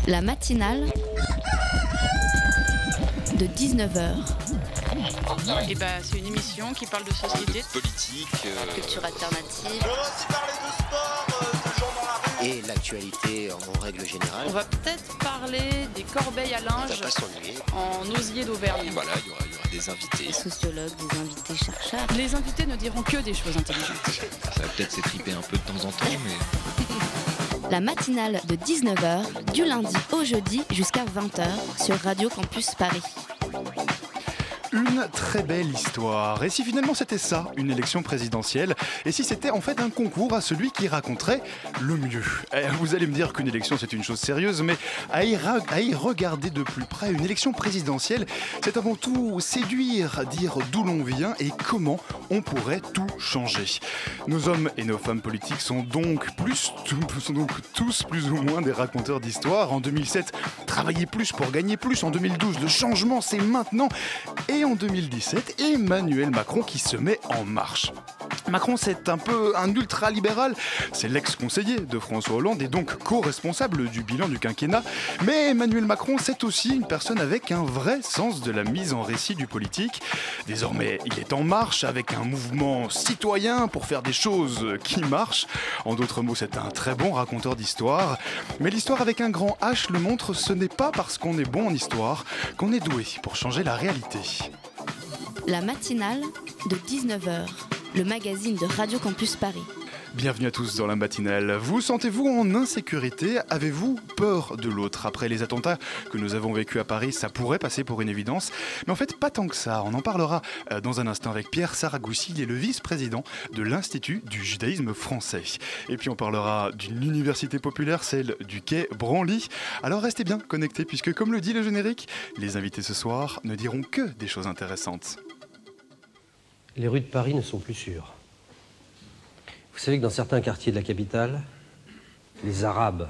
La matinale de 19h. Et c'est une émission qui parle de société, de politique, culture alternative. On va aussi parler de sport, de gens dans la rue. Et l'actualité en règle générale. On va peut-être parler des corbeilles à linge Ça va pas s'ennuyer. en osier d'Auvergne. voilà, il y aura des invités. Des sociologues, des invités chercheurs. Les invités ne diront que des choses intelligentes. Ça va peut-être s'étriper un peu de temps en temps, mais... La matinale de 19h, du lundi au jeudi jusqu'à 20h sur Radio Campus Paris. Une très belle histoire. Et si finalement c'était ça, une élection présidentielle, et si c'était en fait un concours à celui qui raconterait le mieux. Vous allez me dire qu'une élection c'est une chose sérieuse, mais à y regarder de plus près, une élection présidentielle, c'est avant tout séduire, dire d'où l'on vient et comment on pourrait tout changer. Nos hommes et nos femmes politiques sont donc tous plus ou moins des raconteurs d'histoire. En 2007, travailler plus pour gagner plus. En 2012, le changement c'est maintenant. Et en 2017, Emmanuel Macron qui se met en marche. Macron, c'est un peu un ultra-libéral. C'est l'ex-conseiller de François Hollande et donc co-responsable du bilan du quinquennat. Mais Emmanuel Macron, c'est aussi une personne avec un vrai sens de la mise en récit du politique. Désormais, il est en marche avec un mouvement citoyen pour faire des choses qui marchent. En d'autres mots, c'est un très bon raconteur d'histoire. Mais l'histoire avec un grand H le montre, ce n'est pas parce qu'on est bon en histoire qu'on est doué pour changer la réalité. La matinale de 19h, le magazine de Radio Campus Paris. Bienvenue à tous dans la matinale. Vous sentez-vous en insécurité ? Avez-vous peur de l'autre ? Après les attentats que nous avons vécus à Paris, ça pourrait passer pour une évidence. Mais en fait, pas tant que ça. On en parlera dans un instant avec Pierre Saragoussi. Il est le vice-président de l'Institut du judaïsme français. Et puis on parlera d'une université populaire, celle du quai Branly. Alors restez bien connectés puisque, comme le dit le générique, les invités ce soir ne diront que des choses intéressantes. Les rues de Paris ne sont plus sûres. Vous savez que dans certains quartiers de la capitale, les Arabes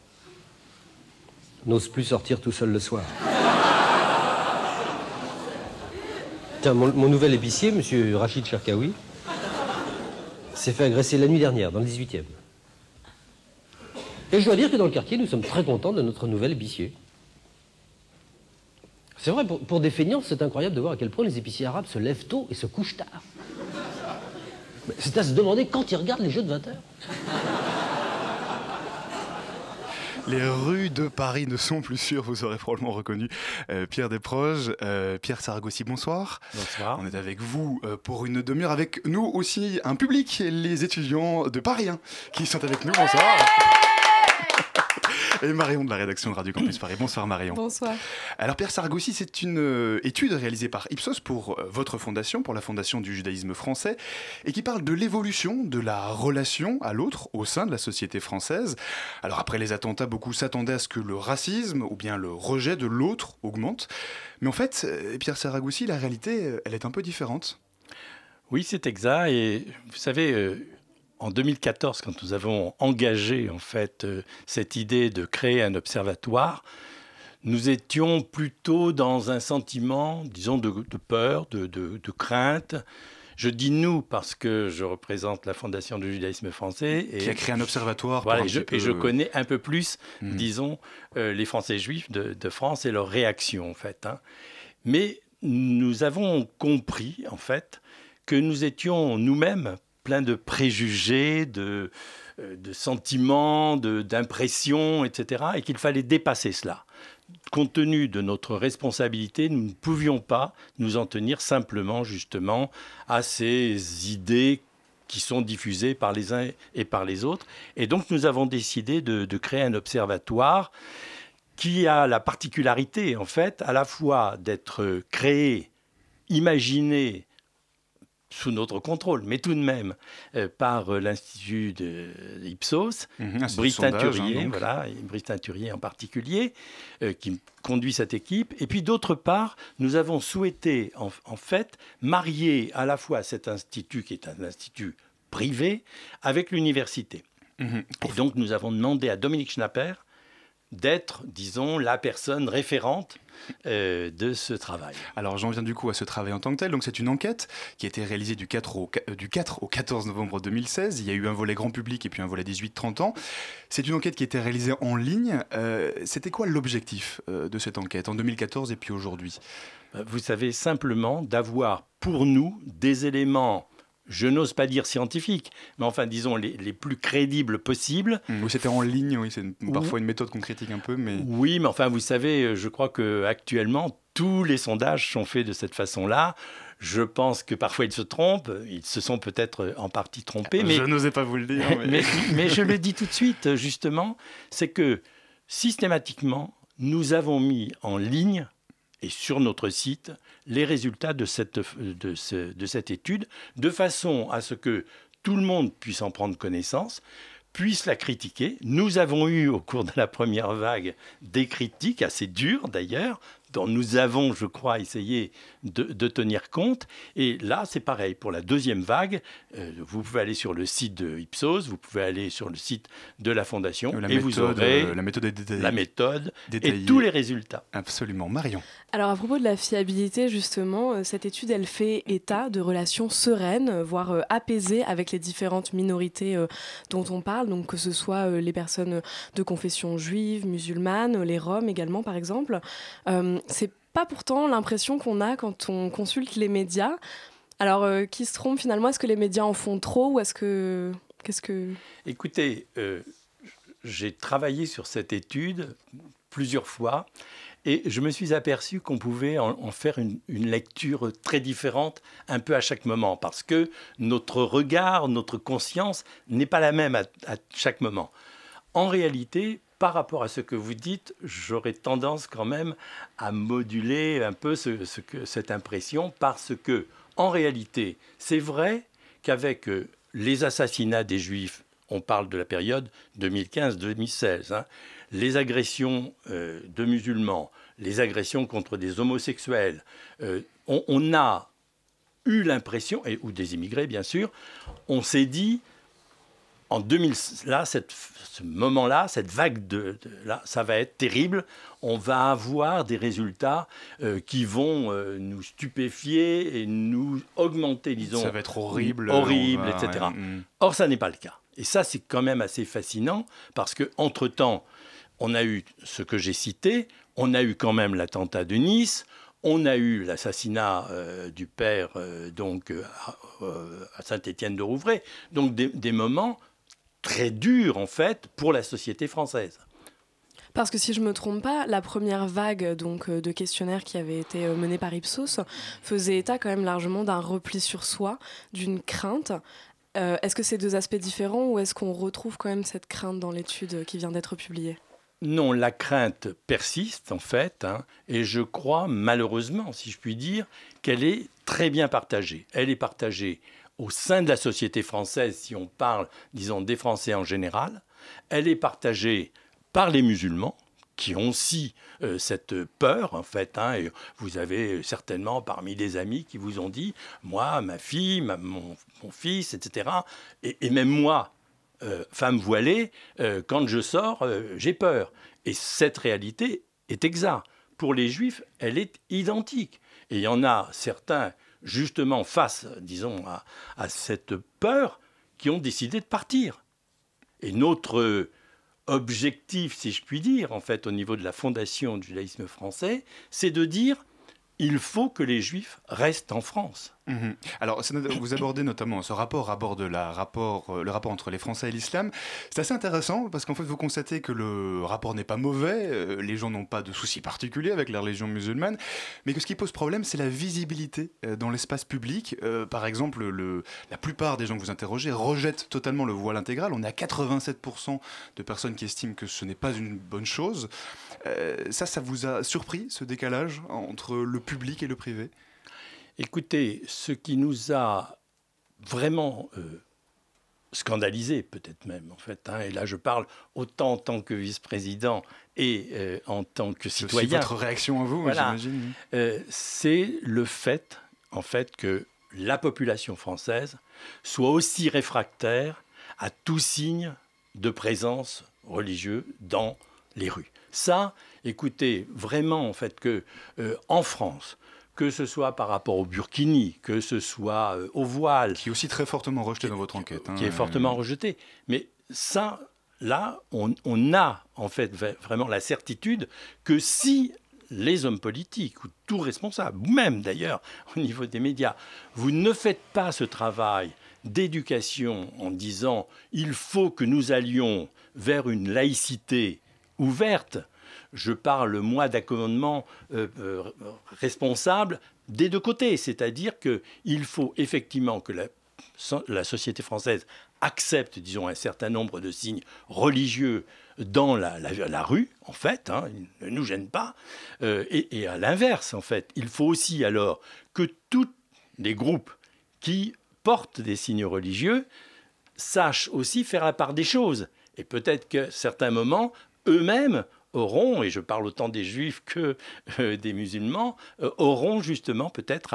n'osent plus sortir tout seuls le soir. Tiens, mon nouvel épicier, monsieur Rachid Cherkaoui, s'est fait agresser la nuit dernière, dans le 18e. Et je dois dire que dans le quartier, nous sommes très contents de notre nouvel épicier. C'est vrai, pour des feignants, c'est incroyable de voir à quel point les épiciers arabes se lèvent tôt et se couchent tard. C'est à se demander quand ils regardent les jeux de 20h. Les rues de Paris ne sont plus sûres, vous aurez probablement reconnu Pierre Desproges. Pierre Saragoussi, bonsoir. Bonsoir. On est avec vous pour une demi-heure, avec nous aussi un public, les étudiants de Paris 1 qui sont avec nous. Bonsoir. Et Marion de la rédaction de Radio Campus Paris. Bonsoir Marion. Bonsoir. Alors Pierre Saragoussi, c'est une étude réalisée par Ipsos pour votre fondation, pour la Fondation du judaïsme français, et qui parle de l'évolution de la relation à l'autre au sein de la société française. Alors après les attentats, beaucoup s'attendaient à ce que le racisme ou bien le rejet de l'autre augmente. Mais en fait, Pierre Saragoussi, la réalité, elle est un peu différente. Oui, c'est exact. Et vous savez... En 2014, quand nous avons engagé en fait cette idée de créer un observatoire, nous étions plutôt dans un sentiment, disons, de peur, de crainte. Je dis nous parce que je représente la Fondation du judaïsme français. Qui a créé un observatoire. Voilà, et je connais un peu plus, disons, les Français juifs de France et leurs réactions, en fait. Mais nous avons compris, en fait, que nous étions nous-mêmes plein de préjugés, de sentiments, d'impressions, etc. et qu'il fallait dépasser cela. Compte tenu de notre responsabilité, nous ne pouvions pas nous en tenir simplement, justement, à ces idées qui sont diffusées par les uns et par les autres. Et donc, nous avons décidé de créer un observatoire qui a la particularité, en fait, à la fois d'être créé, imaginé, sous notre contrôle, mais tout de même par l'Institut d'Ipsos, Brice Teinturier, Brice Teinturier en particulier, qui conduit cette équipe. Et puis d'autre part, nous avons souhaité en fait marier à la fois cet institut, qui est un institut privé, avec l'université. Et donc nous avons demandé à Dominique Schnapper, d'être, disons, la personne référente de ce travail. Alors j'en viens du coup à ce travail en tant que tel. Donc c'est une enquête qui a été réalisée du 4 au 14 novembre 2016. Il y a eu un volet grand public et puis un volet 18-30 ans. C'est une enquête qui a été réalisée en ligne. C'était quoi l'objectif de cette enquête en 2014 et puis aujourd'hui ? Vous savez, simplement d'avoir pour nous des éléments, je n'ose pas dire scientifiques, mais enfin disons les plus crédibles possibles. Oui, c'était en ligne, oui, c'est parfois une méthode qu'on critique un peu. Mais... Oui, mais enfin vous savez, je crois qu'actuellement, tous les sondages sont faits de cette façon-là. Je pense que parfois ils se trompent, ils se sont peut-être en partie trompés. Mais... Je n'osais pas vous le dire. mais je le dis tout de suite, justement, c'est que systématiquement, nous avons mis en ligne et sur notre site les résultats de cette étude, de façon à ce que tout le monde puisse en prendre connaissance, puisse la critiquer. Nous avons eu au cours de la première vague des critiques assez dures d'ailleurs, dont nous avons, je crois, essayé de tenir compte. Et là, c'est pareil. Pour la deuxième vague, vous pouvez aller sur le site de Ipsos, vous pouvez aller sur le site de la Fondation vous aurez la méthode détaillée et tous les résultats. Absolument. Marion. Alors à propos de la fiabilité, justement, cette étude, elle fait état de relations sereines, voire apaisées avec les différentes minorités dont on parle, donc que ce soit les personnes de confession juive, musulmane, les Roms également, par exemple. C'est pas pourtant l'impression qu'on a quand on consulte les médias. Alors, qui se trompe finalement ? Est-ce que les médias en font trop ou est-ce que... Écoutez, j'ai travaillé sur cette étude plusieurs fois et je me suis aperçu qu'on pouvait en faire une lecture très différente un peu à chaque moment parce que notre regard, notre conscience n'est pas la même à chaque moment. En réalité, par rapport à ce que vous dites, j'aurais tendance quand même à moduler un peu cette impression parce que, en réalité, c'est vrai qu'avec les assassinats des Juifs, on parle de la période 2015-2016, les agressions de musulmans, les agressions contre des homosexuels, on a eu l'impression, ou des immigrés bien sûr, on s'est dit... En 2000, là, ce moment-là, cette vague là, ça va être terrible. On va avoir des résultats qui vont nous stupéfier et nous augmenter, disons. Ça va être horrible, etc. Or, ça n'est pas le cas. Et ça, c'est quand même assez fascinant parce qu'entre-temps, on a eu ce que j'ai cité, on a eu quand même l'attentat de Nice, on a eu l'assassinat du père à Saint-Étienne-de-Rouvray. Donc des moments très dur, en fait, pour la société française. Parce que si je ne me trompe pas, la première vague donc, de questionnaires qui avait été menée par Ipsos faisait état quand même largement d'un repli sur soi, d'une crainte. Est-ce que c'est deux aspects différents ou est-ce qu'on retrouve quand même cette crainte dans l'étude qui vient d'être publiée ? Non, la crainte persiste, en fait, et je crois, malheureusement, si je puis dire, qu'elle est très bien partagée. Elle est partagée au sein de la société française, si on parle, disons, des Français en général. Elle est partagée par les musulmans, qui ont aussi cette peur, en fait. Et vous avez certainement parmi les amis qui vous ont dit « Moi, ma fille, mon fils, etc. » Et même moi, femme voilée, quand je sors, j'ai peur. Et cette réalité est exacte. Pour les Juifs, elle est identique. Et il y en a certains... justement face, disons, à cette peur, qui ont décidé de partir. Et notre objectif, si je puis dire, en fait, au niveau de la Fondation du judaïsme français, c'est de dire il faut que les Juifs restent en France. Mmh. Alors, vous abordez notamment ce rapport, le rapport entre les Français et l'islam. C'est assez intéressant parce qu'en fait, vous constatez que le rapport n'est pas mauvais, les gens n'ont pas de soucis particuliers avec la religion musulmane, mais que ce qui pose problème, c'est la visibilité dans l'espace public. Par exemple, la plupart des gens que vous interrogez rejettent totalement le voile intégral. On est à 87% de personnes qui estiment que ce n'est pas une bonne chose. Ça vous a surpris, ce décalage entre le public et le privé ? Écoutez, ce qui nous a vraiment scandalisé, peut-être même, en fait, et là je parle autant en tant que vice-président et en tant que citoyen. C'est votre réaction à vous, voilà, j'imagine. C'est le fait, en fait, que la population française soit aussi réfractaire à tout signe de présence religieuse dans les rues. Ça, écoutez, vraiment, en fait, que en France, que ce soit par rapport au burkini, que ce soit au voile... Qui est aussi très fortement rejeté dans votre enquête. Qui est fortement rejeté. Mais ça, là, on a, en fait, vraiment la certitude que si les hommes politiques, ou tout responsable, ou même d'ailleurs au niveau des médias, vous ne faites pas ce travail d'éducation en disant « il faut que nous allions vers une laïcité ouverte », je parle, moi, d'accommodement responsable des deux côtés. C'est-à-dire qu'il faut effectivement que la société française accepte, disons, un certain nombre de signes religieux dans la rue, en fait, il ne nous gêne pas. Et à l'inverse, en fait, il faut aussi alors que tous les groupes qui portent des signes religieux sachent aussi faire la part des choses. Et peut-être qu'à certains moments, eux-mêmes auront, et je parle autant des juifs que des musulmans, auront justement peut-être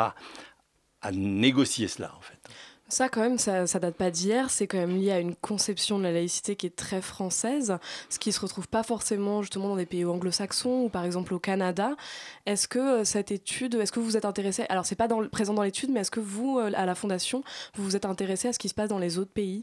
à négocier cela, en fait. Ça, quand même, ça date pas d'hier. C'est quand même lié à une conception de la laïcité qui est très française, ce qui se retrouve pas forcément justement dans des pays anglo-saxons ou par exemple au Canada. Est-ce que cette étude, est-ce que vous êtes intéressé, alors c'est pas présent dans l'étude, mais est-ce que vous, à la Fondation, vous vous êtes intéressé à ce qui se passe dans les autres pays ?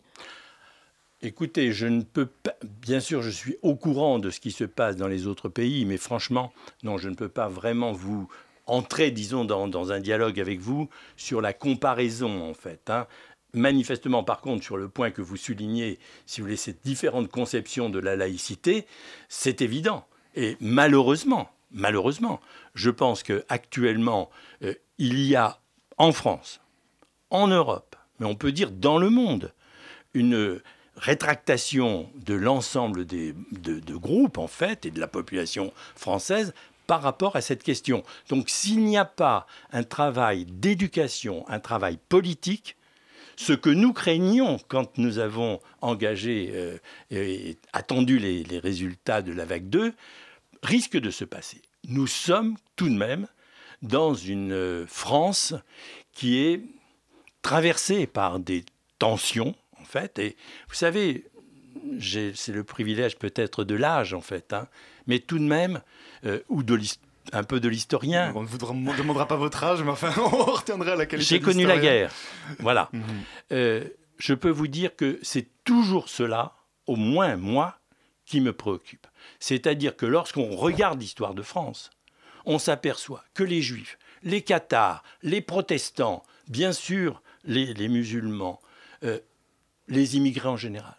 Écoutez, je ne peux pas... Bien sûr, je suis au courant de ce qui se passe dans les autres pays, mais franchement, non, je ne peux pas vraiment vous entrer, disons, dans un dialogue avec vous sur la comparaison, en fait. Manifestement, par contre, sur le point que vous soulignez, si vous voulez, ces différentes conceptions de la laïcité, c'est évident. Et malheureusement, je pense qu'actuellement, il y a en France, en Europe, mais on peut dire dans le monde, une rétractation de l'ensemble de groupes, en fait, et de la population française par rapport à cette question. Donc, s'il n'y a pas un travail d'éducation, un travail politique, ce que nous craignions quand nous avons engagé et attendu les résultats de la vague 2, risque de se passer. Nous sommes tout de même dans une France qui est traversée par des tensions, en fait. Et vous savez, c'est le privilège peut-être de l'âge, en fait, mais tout de même, ou un peu de l'historien. On ne vous demandera pas votre âge, mais enfin, on retiendra la qualité. J'ai connu la guerre, voilà. Je peux vous dire que c'est toujours cela, au moins moi, qui me préoccupe. C'est-à-dire que lorsqu'on regarde l'histoire de France, on s'aperçoit que les Juifs, les Cathares, les protestants, bien sûr les musulmans, les immigrés en général,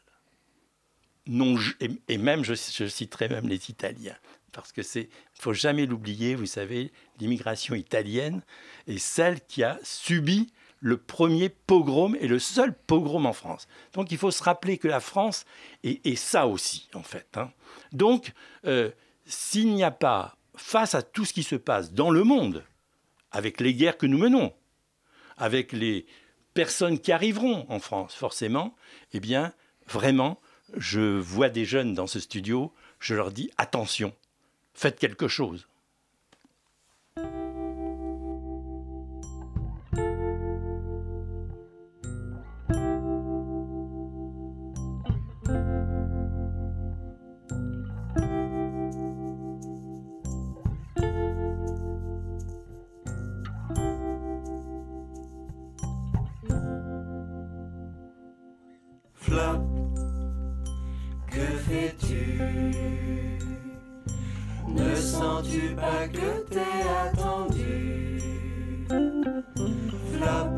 et même, je citerai même les Italiens, parce que il ne faut jamais l'oublier, vous savez, l'immigration italienne est celle qui a subi le premier pogrom et le seul pogrom en France. Donc il faut se rappeler que la France est ça aussi, en fait. Donc, s'il n'y a pas, face à tout ce qui se passe dans le monde, avec les guerres que nous menons, avec les personnes qui arriveront en France, forcément, eh bien, vraiment, je vois des jeunes dans ce studio, je leur dis, attention, faites quelque chose. Flop, que fais-tu? Ne sens-tu pas que t'es attendu? Flop,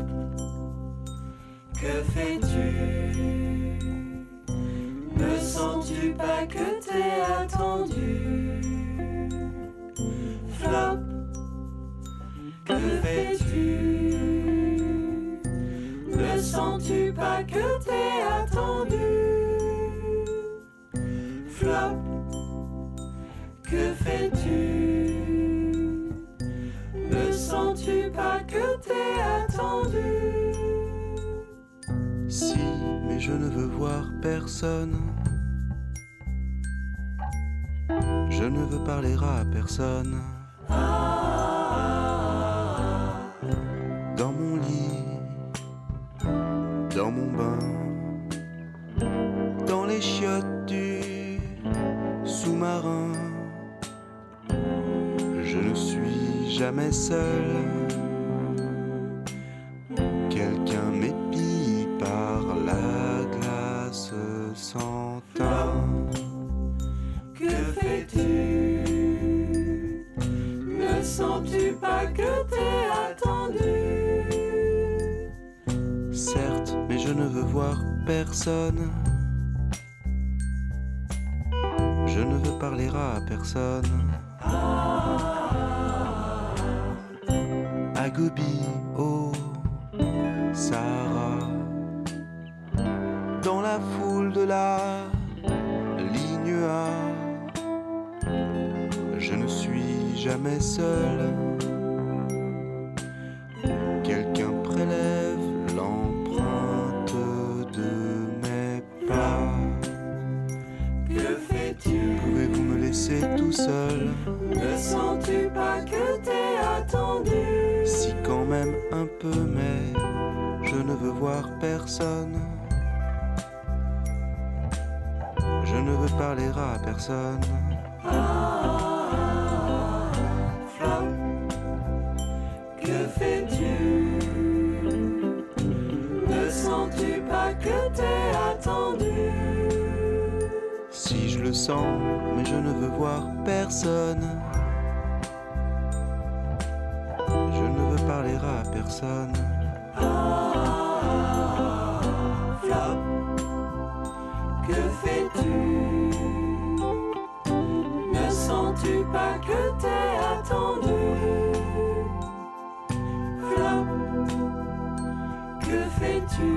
que fais-tu? Ne sens-tu pas que t'es attendu? Flop, que fais-tu? Ne sens-tu pas que t'es attendu? Flop, que fais-tu? Ne sens-tu pas que t'es attendu? Si, mais je ne veux voir personne. Je ne veux parler à personne. Dans mon lit, dans mon bain, dans les chiottes du sous-marin. sous-marin. Je ne suis jamais seul. Quelqu'un m'épie par la glace sans teint. Que fais-tu? Ne sens-tu pas que t'es attendu? Certes, mais je ne veux voir personne. Je ne veux parler à personne. À Gobi, au Sahara, dans la foule de la ligne A, je ne suis jamais seul. Quelqu'un prélève l'empreinte de mes pas. Que fais-tu? Pouvez-vous me laisser tout seul? Ne sens-tu pas que t'es attendu? Si quand même un peu, mais je ne veux voir personne. Je ne veux parler à personne. Flop, que fais-tu? Ne sens-tu pas que t'es attendu? Si je le sens, mais je ne veux voir personne. Je ne veux parler à personne. Flop, que fais-tu? Ne sens-tu pas que t'es attendu? Flop, que fais-tu?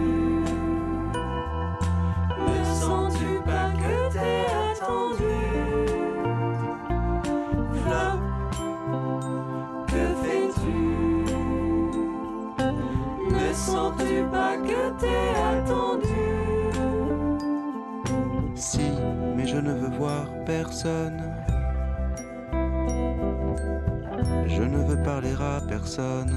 Ne sens-tu pas que t'es attendu? Flop, que fais-tu? Ne sens-tu pas que t'es attendu? Si, mais je ne veux voir personne. Je ne veux parler à personne.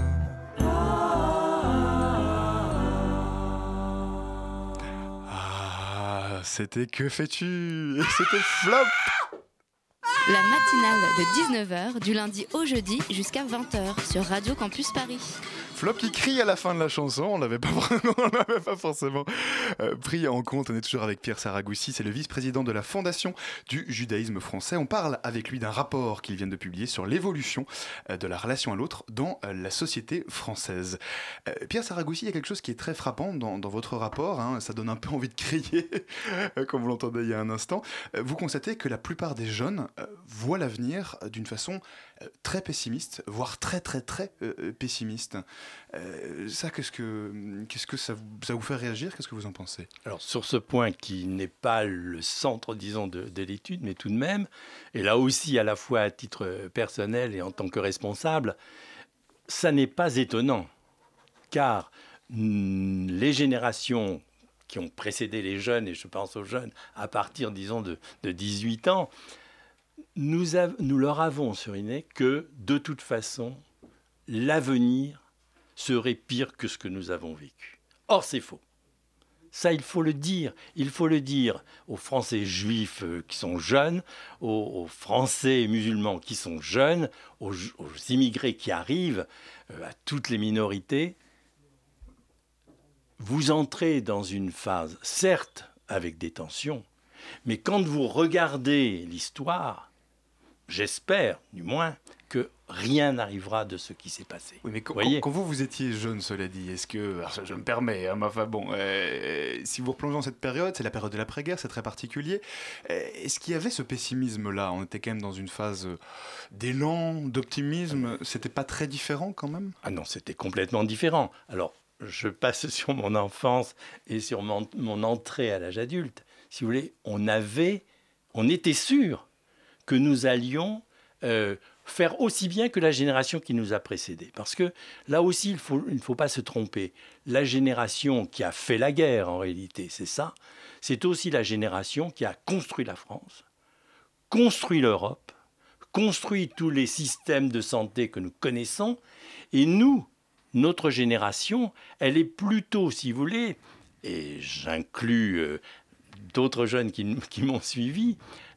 Ah, c'était Que fais-tu? Et c'était Flop. La matinale de 19h du lundi au jeudi jusqu'à 20h sur Radio Campus Paris. Flop qui crie à la fin de la chanson, on l'avait pas forcément pris en compte. On est toujours avec Pierre Saragoussi, c'est le vice-président de la Fondation du judaïsme français. On parle avec lui d'un rapport qu'il vient de publier sur l'évolution de la relation à l'autre dans la société française. Pierre Saragoussi, il y a quelque chose qui est très frappant dans votre rapport, hein, ça donne un peu envie de crier, comme vous l'entendez il y a un instant. Vous constatez que la plupart des jeunes voient l'avenir d'une façon très pessimiste, voire très pessimiste. Ça, qu'est-ce que ça vous fait réagir? Qu'est-ce que vous en pensez? Alors, sur ce point qui n'est pas le centre, disons, de l'étude, mais tout de même, et là aussi à la fois à titre personnel et en tant que responsable, ça n'est pas étonnant, car les générations qui ont précédé les jeunes, et je pense aux jeunes à partir, disons, de 18 ans, nous leur avons suriné que, de toute façon, l'avenir serait pire que ce que nous avons vécu. Or, c'est faux. Ça, il faut le dire. Il faut le dire aux Français juifs qui sont jeunes, aux Français musulmans qui sont jeunes, aux immigrés qui arrivent, à toutes les minorités. Vous entrez dans une phase, certes, avec des tensions, mais quand vous regardez l'histoire, j'espère, du moins, que rien n'arrivera de ce qui s'est passé. Oui, mais quand vous étiez jeune, cela dit, est-ce que... Alors ça, je me permets, hein, enfin bon, si vous replongez dans cette période, c'est la période de l'après-guerre, c'est très particulier. Est-ce qu'il y avait ce pessimisme-là? On était quand même dans une phase d'élan, d'optimisme. C'était pas très différent quand même? Ah non, c'était complètement différent. Alors, je passe sur mon enfance et sur mon entrée à l'âge adulte. Si vous voulez, on était sûr que nous allions faire aussi bien que la génération qui nous a précédés. Parce que là aussi, il ne faut pas se tromper. La génération qui a fait la guerre, en réalité, c'est ça. C'est aussi la génération qui a construit la France, construit l'Europe, construit tous les systèmes de santé que nous connaissons. Et nous, notre génération, elle est plutôt, si vous voulez, et j'inclus d'autres jeunes qui m'ont suivi,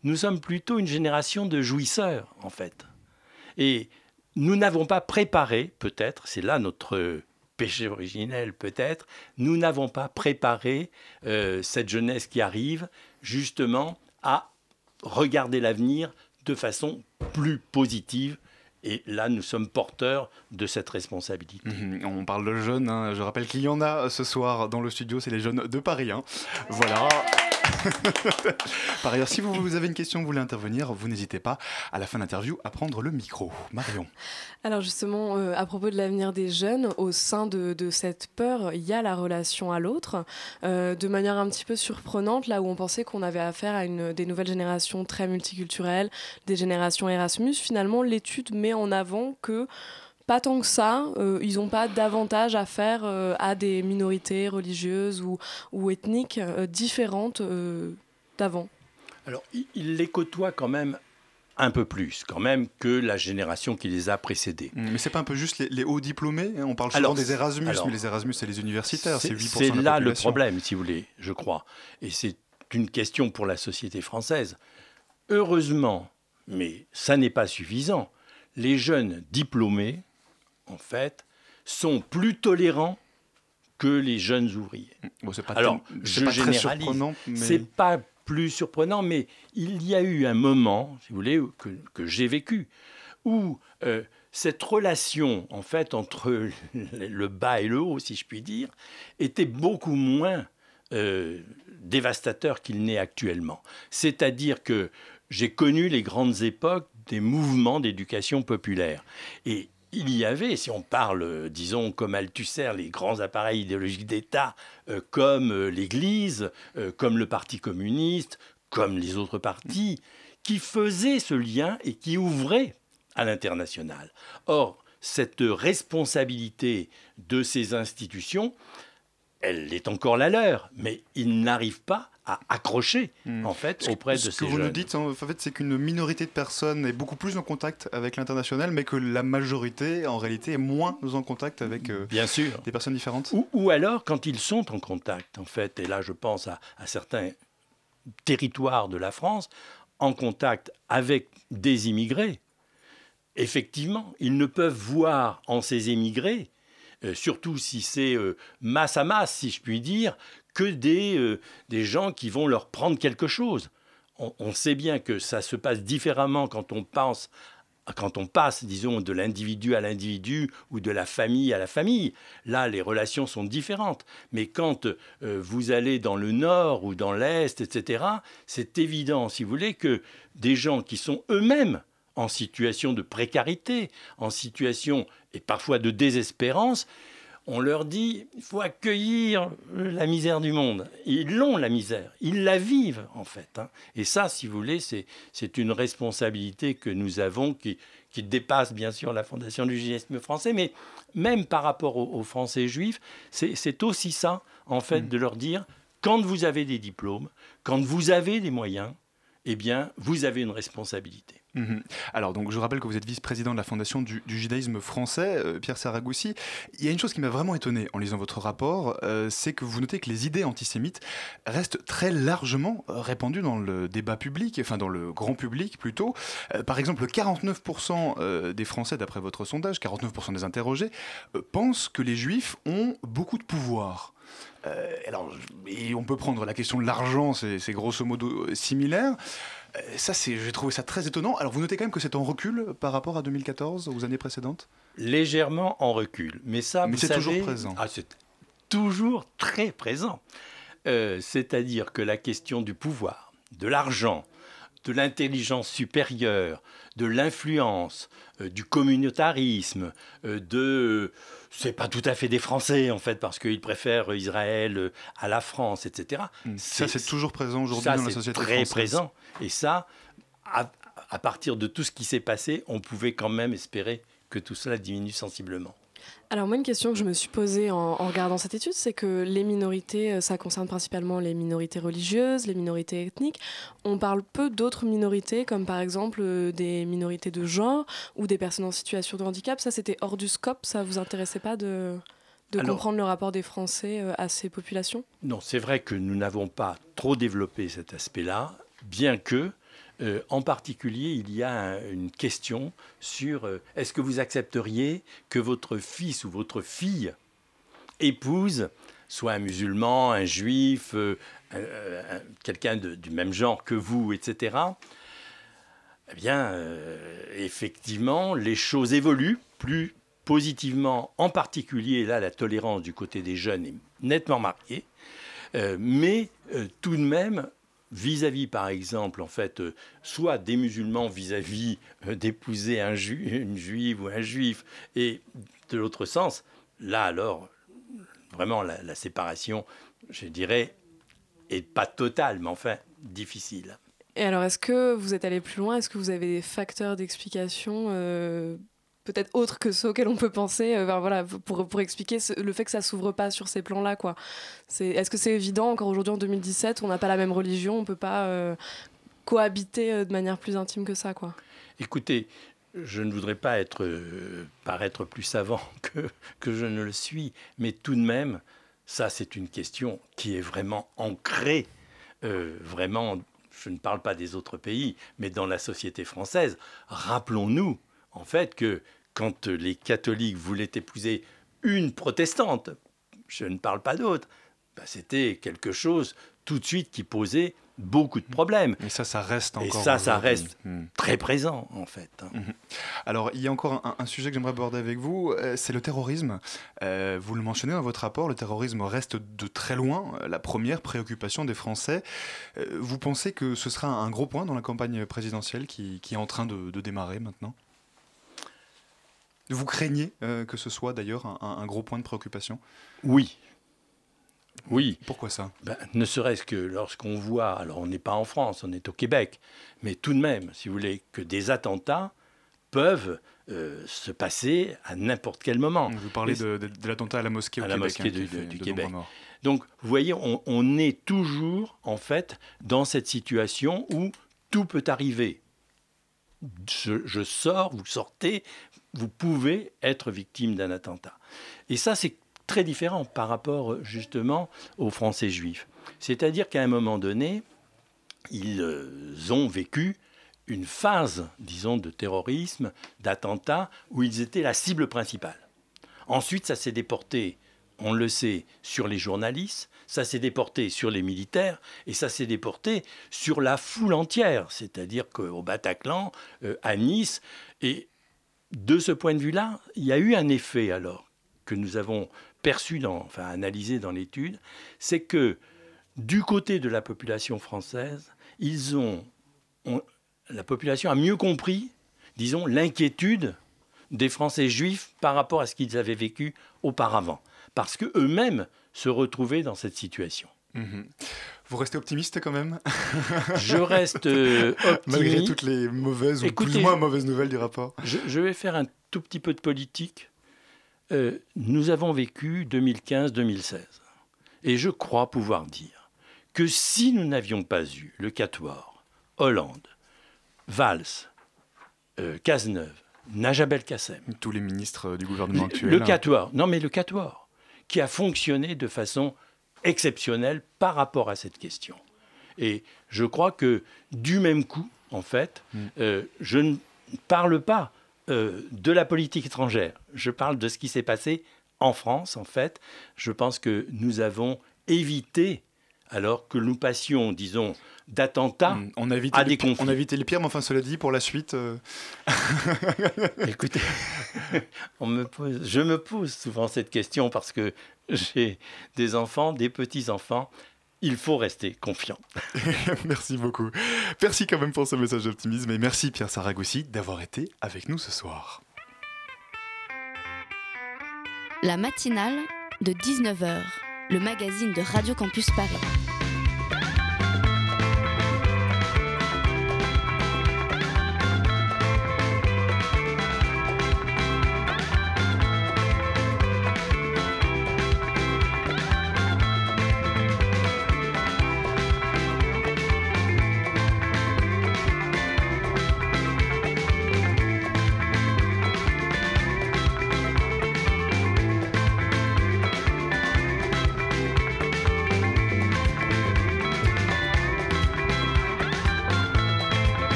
nous sommes plutôt une génération de jouisseurs, en fait. Et nous n'avons pas préparé, peut-être, c'est là notre péché originel peut-être, nous n'avons pas préparé cette jeunesse qui arrive justement à regarder l'avenir de façon plus positive. Et là, nous sommes porteurs de cette responsabilité. On parle de jeunes, hein. Je rappelle qu'il y en a ce soir dans le studio, c'est les jeunes de Paris. Hein. Voilà. Par ailleurs, si vous avez une question, vous voulez intervenir, vous n'hésitez pas à la fin de l'interview à prendre le micro. Marion. Alors justement, à propos de l'avenir des jeunes, au sein de cette peur, il y a la relation à l'autre. De manière un petit peu surprenante, là où on pensait qu'on avait affaire à des nouvelles générations très multiculturelles, des générations Erasmus, finalement, l'étude met en avant que pas tant que ça, ils n'ont pas d'avantage à faire à des minorités religieuses ou ethniques différentes d'avant. Alors, il les côtoie quand même un peu plus, quand même, que la génération qui les a précédés. Mais c'est pas un peu juste les hauts diplômés ? On parle souvent des Erasmus, mais les Erasmus, c'est les universitaires, c'est 8% de la population. C'est là le problème, si vous voulez, je crois. Et c'est une question pour la société française. Heureusement, mais ça n'est pas suffisant, les jeunes diplômés, en fait, sont plus tolérants que les jeunes ouvriers. Bon, c'est pas alors, c'est pas très surprenant, mais... c'est pas plus surprenant, mais il y a eu un moment, si vous voulez, que j'ai vécu, où cette relation, en fait, entre le bas et le haut, si je puis dire, était beaucoup moins dévastateur qu'il n'est actuellement. C'est-à-dire que j'ai connu les grandes époques des mouvements d'éducation populaire. Et il y avait, si on parle, disons, comme Althusser, les grands appareils idéologiques d'État, comme l'Église, comme le Parti communiste, comme les autres partis, qui faisaient ce lien et qui ouvraient à l'international. Or, cette responsabilité de ces institutions, elle est encore la leur, mais ils n'arrivent pas à accrocher, en fait, auprès de ces jeunes. Ce que vous nous dites, en fait, c'est qu'une minorité de personnes est beaucoup plus en contact avec l'international, mais que la majorité, en réalité, est moins en contact avec Bien sûr. des personnes différentes. Ou alors, quand ils sont en contact, en fait, et là, je pense à certains territoires de la France, en contact avec des immigrés, effectivement, ils ne peuvent voir en ces immigrés, surtout si c'est masse à masse, si je puis dire, que des gens qui vont leur prendre quelque chose. On sait bien que ça se passe différemment quand on passe, disons, de l'individu à l'individu ou de la famille à la famille. Là, les relations sont différentes. Mais quand vous allez dans le nord ou dans l'est, etc., c'est évident, si vous voulez, que des gens qui sont eux-mêmes en situation de précarité, en situation et parfois de désespérance, on leur dit il faut accueillir la misère du monde. Ils l'ont, la misère. Ils la vivent, en fait. Et ça, si vous voulez, c'est une responsabilité que nous avons qui dépasse, bien sûr, la fondation du judaïsme français, mais même par rapport aux Français juifs, c'est aussi ça, en fait, de leur dire quand vous avez des diplômes, quand vous avez des moyens, eh bien, vous avez une responsabilité. Alors, donc, je rappelle que vous êtes vice-président de la Fondation du judaïsme français, Pierre Saragoussi. Il y a une chose qui m'a vraiment étonné en lisant votre rapport, c'est que vous notez que les idées antisémites restent très largement répandues dans le débat public, enfin dans le grand public plutôt. Par exemple, 49% des Français, d'après votre sondage, 49% des interrogés, pensent que les Juifs ont beaucoup de pouvoir. Alors, et on peut prendre la question de l'argent, c'est grosso modo similaire. Ça, j'ai trouvé ça très étonnant. Alors, vous notez quand même que c'est en recul par rapport à 2014, aux années précédentes ? Légèrement en recul. Mais ça, vous savez... toujours présent. C'est toujours très présent. C'est-à-dire que la question du pouvoir, de l'argent, de l'intelligence supérieure, de l'influence, du communautarisme, c'est pas tout à fait des Français, en fait, parce qu'ils préfèrent Israël à la France, etc. Ça, c'est toujours présent aujourd'hui dans la société française. C'est très présent. Et ça, à partir de tout ce qui s'est passé, on pouvait quand même espérer que tout cela diminue sensiblement. Alors moi, une question que je me suis posée en regardant cette étude, c'est que les minorités, ça concerne principalement les minorités religieuses, les minorités ethniques. On parle peu d'autres minorités, comme par exemple des minorités de genre ou des personnes en situation de handicap. Ça, c'était hors du scope. Ça vous intéressait pas de comprendre le rapport des Français à ces populations ? Non, c'est vrai que nous n'avons pas trop développé cet aspect-là, bien que En particulier, il y a une question sur est-ce que vous accepteriez que votre fils ou votre fille épouse soit un musulman, un juif, quelqu'un du même genre que vous, etc. Eh bien, effectivement, les choses évoluent plus positivement. En particulier, là, la tolérance du côté des jeunes est nettement marquée. Mais tout de même, vis-à-vis, par exemple, en fait, soit des musulmans vis-à-vis d'épouser une juive ou un juif, et de l'autre sens, là, alors, vraiment, la séparation, je dirais, est pas totale, mais enfin, difficile. Et alors, est-ce que vous êtes allé plus loin ? Est-ce que vous avez des facteurs d'explication peut-être autres que ceux auxquels on peut penser, voilà, pour expliquer le fait que ça s'ouvre pas sur ces plans-là, quoi. Est-ce que c'est évident, encore aujourd'hui en 2017, on n'a pas la même religion, on peut pas cohabiter de manière plus intime que ça, quoi. Écoutez, je ne voudrais pas paraître plus savant que je ne le suis, mais tout de même, ça c'est une question qui est vraiment ancrée, vraiment, je ne parle pas des autres pays, mais dans la société française. Rappelons-nous, en fait, que quand les catholiques voulaient épouser une protestante, je ne parle pas d'autres, c'était quelque chose tout de suite qui posait beaucoup de problèmes. Et ça reste encore... Et ça reste très présent, en fait. Alors, il y a encore un sujet que j'aimerais aborder avec vous, c'est le terrorisme. Vous le mentionnez dans votre rapport, le terrorisme reste de très loin la première préoccupation des Français. Vous pensez que ce sera un gros point dans la campagne présidentielle qui est en train de démarrer maintenant ? Vous craignez que ce soit d'ailleurs un gros point de préoccupation ? Oui. Oui. Pourquoi ça ? Ne serait-ce que lorsqu'on voit, alors on n'est pas en France, on est au Québec, mais tout de même, si vous voulez, que des attentats peuvent se passer à n'importe quel moment. Vous parlez de l'attentat à la mosquée au Québec. À la mosquée du Québec. Donc, vous voyez, on est toujours, en fait, dans cette situation où tout peut arriver. Je sors, vous sortez, vous pouvez être victime d'un attentat. Et ça, c'est très différent par rapport justement aux Français juifs. C'est-à-dire qu'à un moment donné, ils ont vécu une phase, disons, de terrorisme, d'attentat, où ils étaient la cible principale. Ensuite, ça s'est déporté, on le sait, sur les journalistes, ça s'est déporté sur les militaires, et ça s'est déporté sur la foule entière, c'est-à-dire qu'au Bataclan, à Nice, et de ce point de vue-là, il y a eu un effet alors que nous avons perçu, analysé dans l'étude, c'est que du côté de la population française, la population a mieux compris, disons, l'inquiétude des Français juifs par rapport à ce qu'ils avaient vécu auparavant, parce qu'eux-mêmes se retrouvaient dans cette situation. Mmh. Vous restez optimiste quand même ? Je reste optimiste. Malgré toutes les mauvaises ou plus ou moins mauvaises nouvelles du rapport. Je vais faire un tout petit peu de politique. Nous avons vécu 2015-2016. Et je crois pouvoir dire que si nous n'avions pas eu le Quatuor, Hollande, Valls, Cazeneuve, Najat Belkacem... Tous les ministres du gouvernement actuel. Le Quatuor, qui a fonctionné de façon exceptionnelle par rapport à cette question. Et je crois que du même coup, en fait, je ne parle pas de la politique étrangère. Je parle de ce qui s'est passé en France, en fait. Je pense que nous avons évité, alors que nous passions, disons, d'attentats à des conflits. On a évité le pire, mais enfin, cela dit, pour la suite... Écoutez, je me pose souvent cette question parce que j'ai des enfants, des petits-enfants. Il faut rester confiant. Merci beaucoup. Merci quand même pour ce message d'optimisme et merci Pierre Saragoussi d'avoir été avec nous ce soir. La matinale de 19h, le magazine de Radio Campus Paris.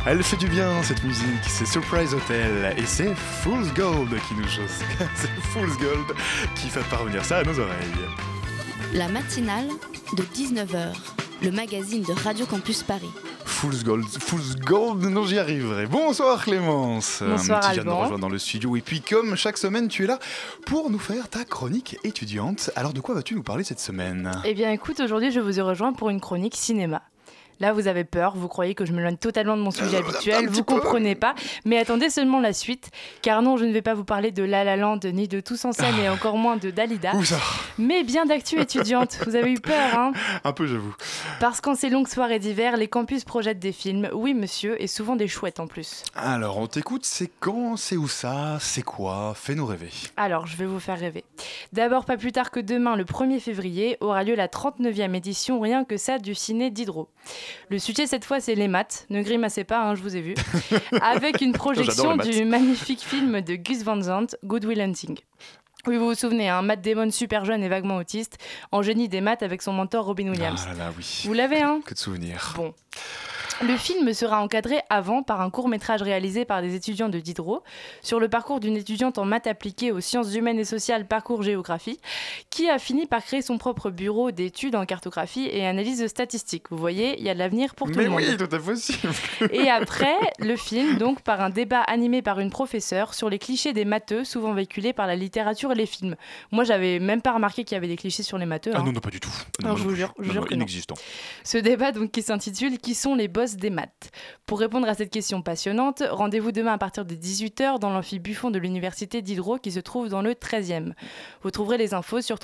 Elle fait du bien cette musique, c'est Surprise Hotel et c'est Fool's Gold qui nous chose. C'est Fool's Gold qui fait parvenir ça à nos oreilles. La matinale de 19h, le magazine de Radio Campus Paris. Fool's Gold, non j'y arriverai. Bonsoir Clémence. Bonsoir Tu viens de nous Alban. rejoindre dans le studio et puis comme chaque semaine tu es là pour nous faire ta chronique étudiante. Alors de quoi vas-tu nous parler cette semaine ? Eh bien écoute, aujourd'hui je vous ai rejoint pour une chronique cinéma. Là, vous avez peur, vous croyez que je m'éloigne totalement de mon sujet habituel, vous comprenez pas, mais attendez seulement la suite, car non, je ne vais pas vous parler de La La Land, ni de Tous en scène, et encore moins de Dalida, mais bien d'actu étudiante. Vous avez eu peur, hein ? Un peu, j'avoue. Parce qu'en ces longues soirées d'hiver, les campus projettent des films, oui monsieur, et souvent des chouettes en plus. Alors, on t'écoute, c'est quand, c'est où ça, c'est quoi ? Fais-nous rêver. Alors, je vais vous faire rêver. D'abord, pas plus tard que demain, le 1er février, aura lieu la 39e édition, rien que ça, du Ciné Diderot. Le sujet cette fois c'est les maths, ne grimacez pas, hein, je vous ai vu, avec une projection du magnifique film de Gus Van Sant, Good Will Hunting. Oui, vous vous souvenez, hein, Matt Damon super jeune et vaguement autiste, en génie des maths avec son mentor Robin Williams. Ah là là, oui. Vous l'avez, hein ? Que de souvenirs. Bon. Le film sera encadré avant par un court-métrage réalisé par des étudiants de Diderot sur le parcours d'une étudiante en maths appliquées aux sciences humaines et sociales, parcours géographie, qui a fini par créer son propre bureau d'études en cartographie et analyse de statistiques. Vous voyez, il y a de l'avenir pour tout le monde. Mais oui, tout à fait possible. Et après, le film, donc, par un débat animé par une professeure sur les clichés des matheux, souvent véhiculés par la littérature et les films. Moi, j'avais même pas remarqué qu'il y avait des clichés sur les matheux. Ah non, pas du tout. Non, je vous jure que non. Inexistant. Ce débat, donc, qui s'intitule « Qui sont les boss des maths ?» Pour répondre à cette question passionnante, rendez-vous demain à partir de 18h dans l'amphi Buffon de l'université Diderot qui se trouve dans le 13e. Vous trouverez les infos sur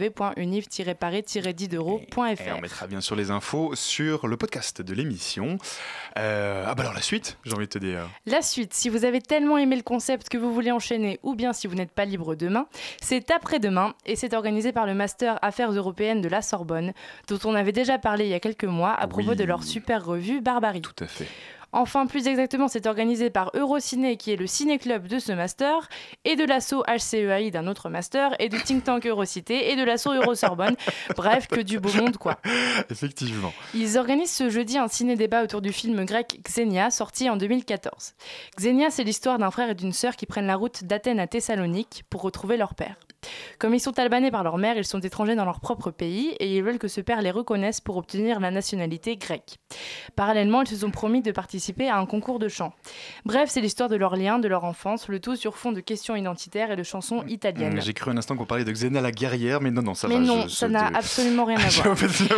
www.univ-paris-diderot.fr. Et on mettra bien sûr les infos sur le podcast de l'émission. Alors la suite, j'ai envie de te dire. La suite, si vous avez tellement aimé le concept que vous voulez enchaîner ou bien si vous n'êtes pas libre demain, c'est après-demain et c'est organisé par le Master Affaires européennes de la Sorbonne dont on avait déjà parlé il y a quelques mois à propos de leur super revue Barbarie. Tout à fait. Enfin, plus exactement, c'est organisé par Eurociné, qui est le ciné-club de ce master, et de l'asso HCEAI d'un autre master, et du think tank Eurocité, et de l'asso Eurosorbonne. Bref, que du beau monde, quoi. Effectivement. Ils organisent ce jeudi un ciné-débat autour du film grec Xenia, sorti en 2014. Xenia, c'est l'histoire d'un frère et d'une sœur qui prennent la route d'Athènes à Thessalonique pour retrouver leur père. Comme ils sont albanais par leur mère, ils sont étrangers dans leur propre pays et ils veulent que ce père les reconnaisse pour obtenir la nationalité grecque. Parallèlement, ils se sont promis de participer à un concours de chant. Bref, c'est l'histoire de leur lien, de leur enfance, le tout sur fond de questions identitaires et de chansons italiennes. J'ai cru un instant qu'on parlait de Xena la guerrière, mais non, ça va. Mais non, ça n'a absolument rien à voir.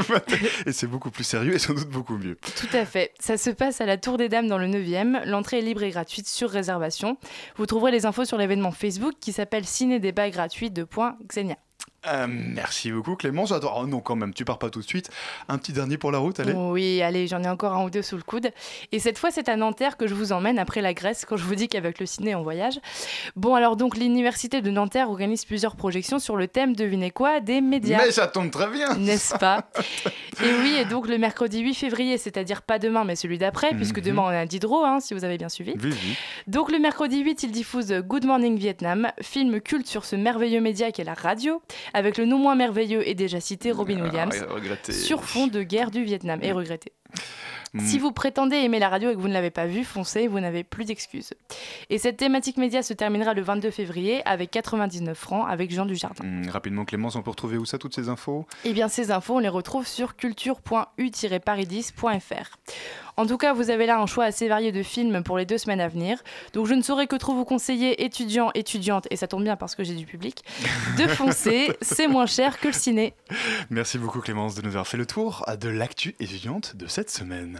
Et c'est beaucoup plus sérieux et sans doute beaucoup mieux. Tout à fait. Ça se passe à la Tour des Dames dans le 9e. L'entrée est libre et gratuite sur réservation. Vous trouverez les infos sur l'événement Facebook qui s'appelle Ciné-débat gratuit Xenia. Merci beaucoup Clémence. Attends, oh non quand même, tu pars pas tout de suite. Un petit dernier pour la route, allez. Oui, allez, j'en ai encore un ou deux sous le coude. Et cette fois, c'est à Nanterre que je vous emmène après la Grèce, quand je vous dis qu'avec le ciné, on voyage. Bon, alors donc, l'université de Nanterre organise plusieurs projections sur le thème, devinez quoi, des médias. Mais ça tombe très bien. N'est-ce pas ? Et oui, et donc le mercredi 8 février, c'est-à-dire pas demain, mais celui d'après, puisque demain on est à Diderot, hein, si vous avez bien suivi. Oui. Donc le mercredi 8, il diffuse Good Morning Vietnam, film culte sur ce merveilleux média qu'est la radio, avec le non moins merveilleux et déjà cité Robin Williams, sur fond de guerre du Vietnam, et regretté. Si vous prétendez aimer la radio et que vous ne l'avez pas vue, foncez, vous n'avez plus d'excuses. Et cette thématique média se terminera le 22 février avec 99 francs avec Jean Dujardin. Rapidement Clémence, on peut retrouver où ça, toutes ces infos ? Eh bien ces infos, on les retrouve sur culture.u-paris10.fr. En tout cas, vous avez là un choix assez varié de films pour les 2 semaines à venir. Donc je ne saurais que trop vous conseiller, étudiants, étudiantes, et ça tombe bien parce que j'ai du public, de foncer, c'est moins cher que le ciné. Merci beaucoup Clémence de nous avoir fait le tour de l'actu étudiante de cette semaine.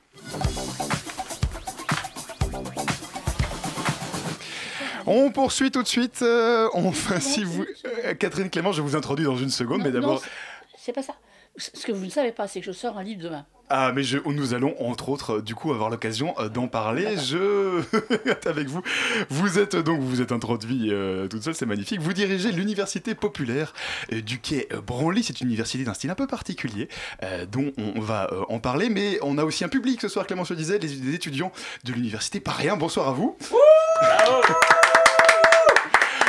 On poursuit tout de suite. Catherine Clément, je vous introduis dans une seconde, mais d'abord. Non, c'est pas ça. Ce que vous ne savez pas, c'est que je sors un livre demain. Ah, mais nous allons entre autres du coup avoir l'occasion d'en parler. Avec vous. Vous êtes introduit toute seule, c'est magnifique. Vous dirigez l'université populaire du quai Branly. C'est une université d'un style un peu particulier dont on va en parler. Mais on a aussi un public ce soir, Clémence le disait, des étudiants de l'université Paris 1. Bonsoir à vous.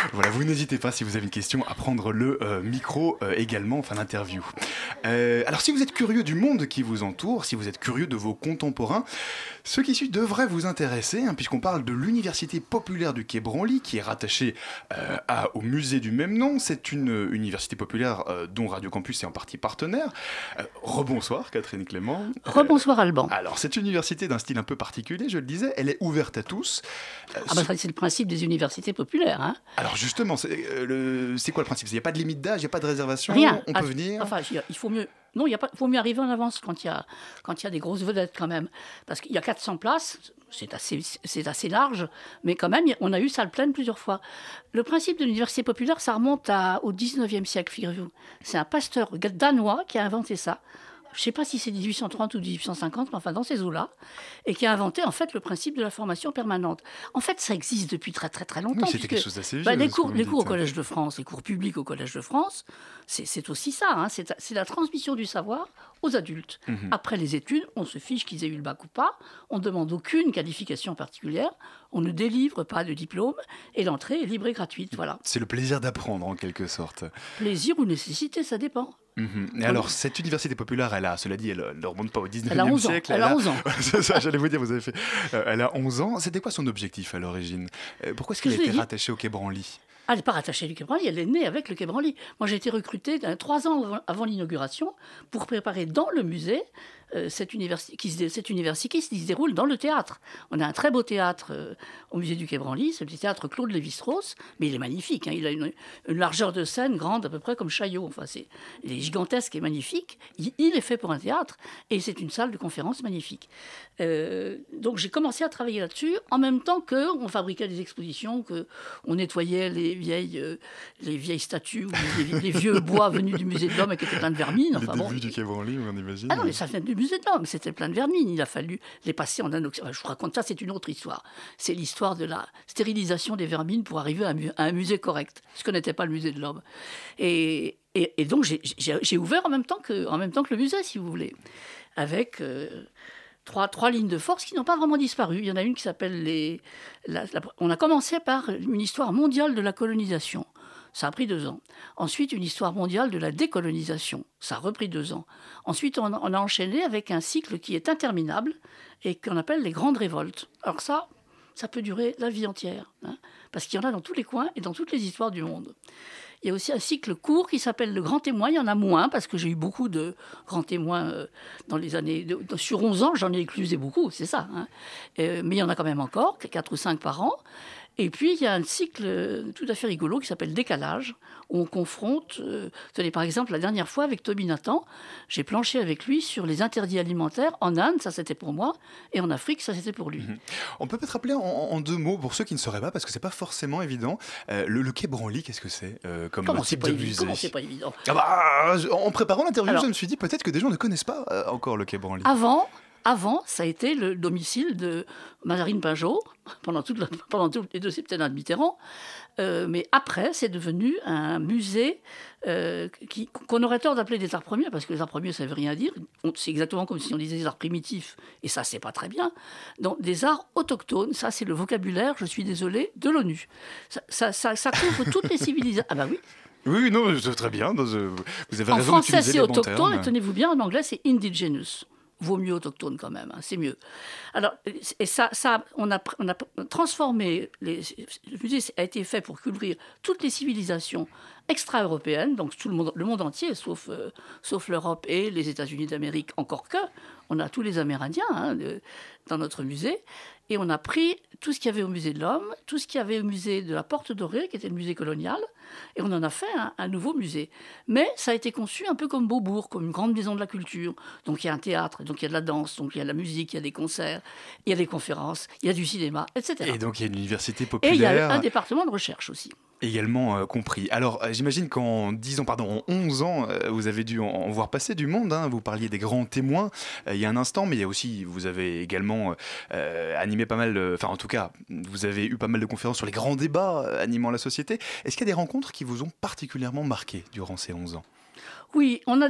Voilà, vous n'hésitez pas si vous avez une question à prendre le micro également en fin d'interview. Alors si vous êtes curieux du monde qui vous entoure, si vous êtes curieux de vos contemporains, ce qui suit devrait vous intéresser, puisqu'on parle de l'Université populaire du Quai Branly, qui est rattachée au musée du même nom. C'est une université populaire dont Radio Campus est en partie partenaire. Rebonsoir Catherine Clément. Rebonsoir Alban. Alors cette université d'un style un peu particulier, je le disais, elle est ouverte à tous. C'est le principe des universités populaires. Hein. Alors justement, c'est quoi le principe? Il n'y a pas de limite d'âge, il n'y a pas de réservation? Rien. On peut venir? Enfin, il faut mieux... Non, il faut mieux arriver en avance quand il y a des grosses vedettes quand même. Parce qu'il y a 400 places, c'est assez large, mais quand même, on a eu salle pleine plusieurs fois. Le principe de l'université populaire, ça remonte au 19e siècle, figurez-vous. C'est un pasteur danois qui a inventé ça. Je ne sais pas si c'est 1830 ou 1850, mais enfin dans ces eaux-là, et qui a inventé en fait le principe de la formation permanente. En fait, ça existe depuis très très très longtemps. Oui, c'était quelque chose d'assez vieux. Les cours au Collège de France, les cours publics au Collège de France, c'est aussi ça. Hein, c'est la transmission du savoir aux adultes. Après les études, on se fiche qu'ils aient eu le bac ou pas, on ne demande aucune qualification particulière, on ne délivre pas de diplôme, et l'entrée est libre et gratuite. Voilà. C'est le plaisir d'apprendre en quelque sorte. Plaisir ou nécessité, ça dépend. Et alors, cette université populaire, cela dit, elle ne remonte pas au 19e elle a 11 siècle. Ans. Elle a 11 ans. C'est ça, j'allais vous dire, vous avez fait. Elle a 11 ans. C'était quoi son objectif à l'origine? Pourquoi est-ce qu'elle a été rattachée au Quai Branly? Elle n'est pas rattachée du Quai Branly, elle est née avec le Quai Branly. Moi, j'ai été recrutée 3 ans avant l'inauguration pour préparer dans le musée cette université qui se déroule dans le théâtre. On a un très beau théâtre au musée du Quai Branly, c'est le théâtre Claude Lévi-Strauss, mais il est magnifique. Hein, il a une largeur de scène grande à peu près comme Chaillot. Enfin, il est gigantesque et magnifique. Il est fait pour un théâtre et c'est une salle de conférence magnifique. Donc j'ai commencé à travailler là-dessus en même temps qu'on fabriquait des expositions, qu'on nettoyait les vieilles statues ou les vieux bois venus du musée de l'Homme qui étaient plein de vermine. Enfin, les débuts du Quai Branly, on imagine. Ah non, mais ça vient du musée de l'Homme, c'était plein de vermine. Il a fallu les passer en inox. Je vous raconte ça, c'est une autre histoire. C'est l'histoire de la stérilisation des vermines pour arriver à un musée correct, ce que n'était pas le musée de l'Homme. Et donc j'ai ouvert en même temps que le musée, si vous voulez, avec trois lignes de force qui n'ont pas vraiment disparu. Il y en a une qui s'appelle on a commencé par une histoire mondiale de la colonisation. Ça a pris 2 ans. Ensuite, une histoire mondiale de la décolonisation. Ça a repris 2 ans. Ensuite, on a enchaîné avec un cycle qui est interminable et qu'on appelle les grandes révoltes. Alors ça peut durer la vie entière, hein, parce qu'il y en a dans tous les coins et dans toutes les histoires du monde. Il y a aussi un cycle court qui s'appelle le Grand Témoin. Il y en a moins, parce que j'ai eu beaucoup de grands témoins dans les années... sur 11 ans, j'en ai éclusé beaucoup, c'est ça. Hein. Mais il y en a quand même encore, 4 ou 5 par an. Et puis, il y a un cycle tout à fait rigolo qui s'appelle Décalage, où on confronte... tenez, par exemple, la dernière fois, avec Toby Nathan, j'ai planché avec lui sur les interdits alimentaires en Inde, ça c'était pour moi, et en Afrique, ça c'était pour lui. On peut peut-être rappeler en 2 mots, pour ceux qui ne sauraient pas, parce que c'est pas forcément évident, le Quai Branly, qu'est-ce que c'est comme type de musée? Comment c'est pas évident? En préparant l'interview, je me suis dit peut-être que des gens ne connaissent pas encore le Quai Branly. Avant, ça a été le domicile de Mazarine Pinjot, pendant les 2 septennats de Mitterrand. Mais après, c'est devenu un musée qu'on aurait tort d'appeler des arts premiers, parce que les arts premiers, ça ne veut rien dire. C'est exactement comme si on disait des arts primitifs, et ça, c'est pas très bien. Donc, des arts autochtones, ça, c'est le vocabulaire, je suis désolée, de l'ONU. Ça couvre toutes les civilisations. Ah bah oui. Oui, non, très bien. Vous avez raison d'utiliser les bons termes. En français, c'est autochtone, et tenez-vous bien, en anglais, c'est indigenous. Vaut mieux autochtone quand même, hein, c'est mieux. Alors, et ça on a transformé, le musée a été fait pour couvrir toutes les civilisations extra-européennes, donc tout le monde entier, sauf l'Europe et les États-Unis d'Amérique, encore que, on a tous les Amérindiens dans notre musée, et on a pris tout ce qu'il y avait au musée de l'Homme, tout ce qu'il y avait au musée de la Porte Dorée, qui était le musée colonial, et on en a fait un nouveau musée. Mais ça a été conçu un peu comme Beaubourg, comme une grande maison de la culture. Donc il y a un théâtre, donc il y a de la danse, donc il y a de la musique, il y a des concerts, il y a des conférences, il y a du cinéma, etc. Et donc il y a une université populaire. Et il y a un département de recherche aussi. Également compris. Alors, j'imagine qu'en 11 ans, vous avez dû en voir passer du monde. Hein. Vous parliez des grands témoins il y a un instant, mais il y a aussi, vous avez également animé pas mal, en tout cas, vous avez eu pas mal de conférences sur les grands débats animant la société. Est-ce qu'il y a des rencontres qui vous ont particulièrement marqué durant ces 11 ans? Oui, on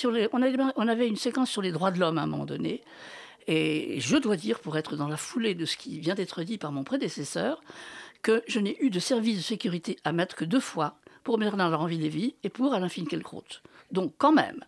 avait une séquence sur les droits de l'homme à un moment donné. Et je dois dire, pour être dans la foulée de ce qui vient d'être dit par mon prédécesseur, que je n'ai eu de service de sécurité à mettre que 2 fois pour Bernard-Henri Lévy et pour Alain Finkielkraut. Donc quand même.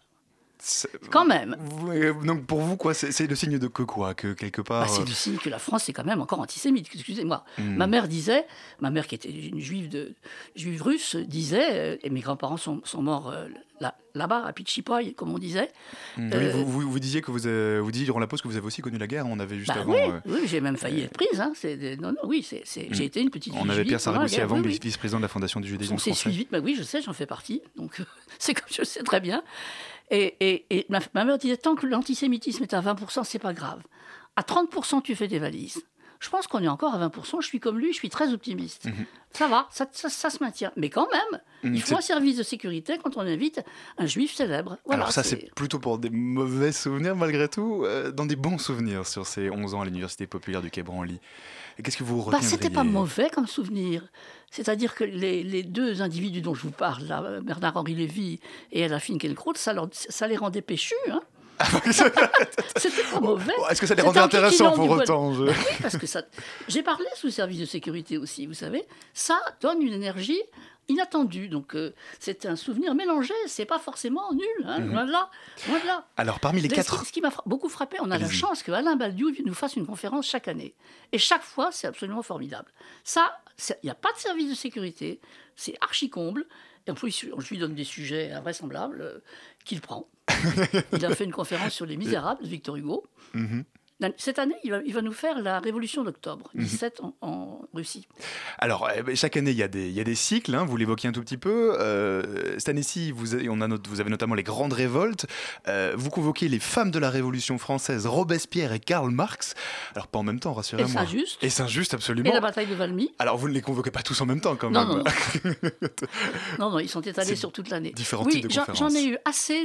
Donc pour vous, quoi, c'est le signe de quoi, que quelque part... C'est le signe que la France est quand même encore antisémite, excusez-moi. Ma mère qui était une juive russe, disait, et mes grands-parents sont morts là-bas, à Pichipoy, comme on disait. Oui, vous disiez vous disiez durant la pause que vous avez aussi connu la guerre, on avait juste avant... Oui, j'ai même failli être prise. Hein. J'ai été une petite On avait Pierre Saragoussi avant, vice-président de la Fondation du judaïsme français. On s'est suivi, oui, je sais, j'en fais partie, donc c'est comme je sais très bien. Et ma mère disait, tant que l'antisémitisme est à 20%, c'est pas grave. À 30%, tu fais des valises. Je pense qu'on est encore à 20%. Je suis comme lui, je suis très optimiste. Ça va, ça se maintient. Mais quand même, il faut un service de sécurité quand on invite un juif célèbre. Voilà, alors ça, c'est plutôt pour des mauvais souvenirs, malgré tout, dans des bons souvenirs sur ces 11 ans à l'Université populaire du Quai Branly. Qu'est-ce que vous retiendriez ? C'était pas mauvais comme souvenir. C'est-à-dire que les 2 individus dont je vous parle, là, Bernard-Henri Lévy et Alain Finkielkraut, ça les rendait péchus, hein. C'était pas mauvais. Est-ce que ça les rendait intéressants pour autant Oui, parce que j'ai parlé sous service de sécurité aussi, vous savez. Ça donne une énergie inattendue. Donc c'est un souvenir mélangé. C'est pas forcément nul. Hein, loin de là. Alors parmi les 4... Ce qui m'a beaucoup frappé, on a la chance que Alain Badiou nous fasse une conférence chaque année. Et chaque fois, c'est absolument formidable. Ça, il n'y a pas de service de sécurité. C'est archi comble. Et en plus, on lui donne des sujets invraisemblables qu'il prend. Il a fait une conférence sur Les Misérables de Victor Hugo. Cette année, il va nous faire la Révolution d'octobre, 17 en Russie. Alors, chaque année, il y a des cycles, hein, vous l'évoquiez un tout petit peu. Cette année-ci, vous avez notamment les grandes révoltes. vous convoquez les femmes de la Révolution française, Robespierre et Karl Marx. Alors, pas en même temps, rassurez-moi. Et Saint-Just, absolument. Et la bataille de Valmy. Alors, vous ne les convoquez pas tous en même temps, quand même. Non, ils sont étalés sur toute l'année. Différents types de conférences. J'en ai eu assez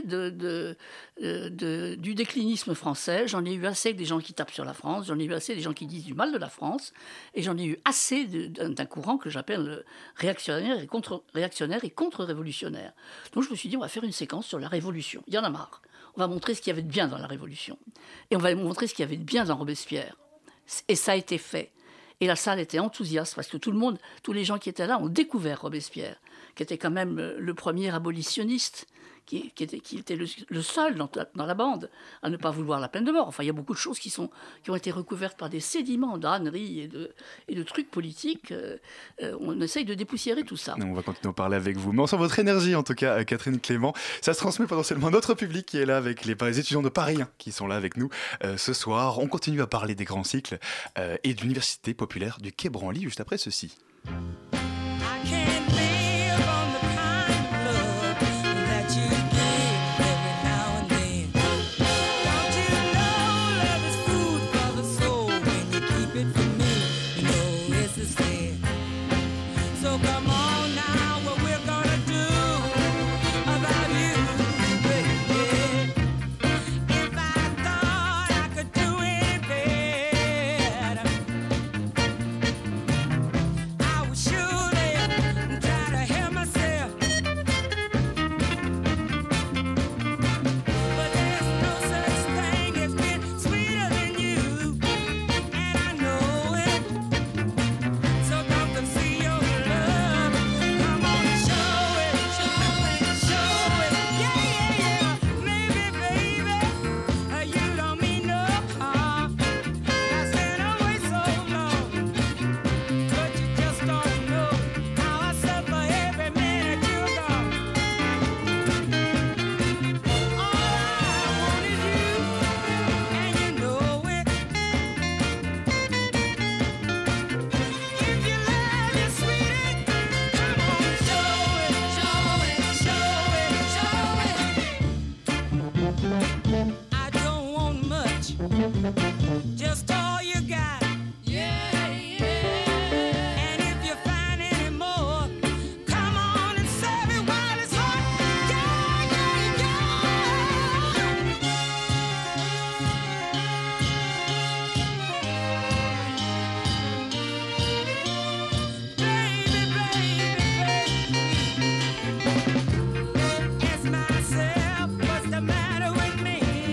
du déclinisme français. J'en ai eu assez des gens qui tapent sur la France, j'en ai eu assez des gens qui disent du mal de la France, et j'en ai eu assez d'un courant que j'appelle réactionnaire et contre-révolutionnaire. Donc je me suis dit, on va faire une séquence sur la Révolution. Il y en a marre. On va montrer ce qu'il y avait de bien dans la Révolution. Et on va montrer ce qu'il y avait de bien dans Robespierre. Et ça a été fait. Et la salle était enthousiaste, parce que tous les gens qui étaient là ont découvert Robespierre, qui était quand même le premier abolitionniste, qui était le seul dans la bande à ne pas vouloir la peine de mort. Enfin, il y a beaucoup de choses qui ont été recouvertes par des sédiments d'âneries et de trucs politiques. On essaye de dépoussiérer tout ça. On va continuer à parler avec vous. Mais on sent votre énergie, en tout cas, Catherine Clément. Ça se transmet potentiellement à notre public qui est là, avec les étudiants de Paris qui sont là avec nous ce soir. On continue à parler des grands cycles et de l'Université populaire du Quai Branly, juste après ceci. Just all you got. Yeah, yeah. And if you find any more, come on and serve it while it's hot. Yeah, yeah, yeah. Baby, baby, baby. Ask myself, what's the matter with me?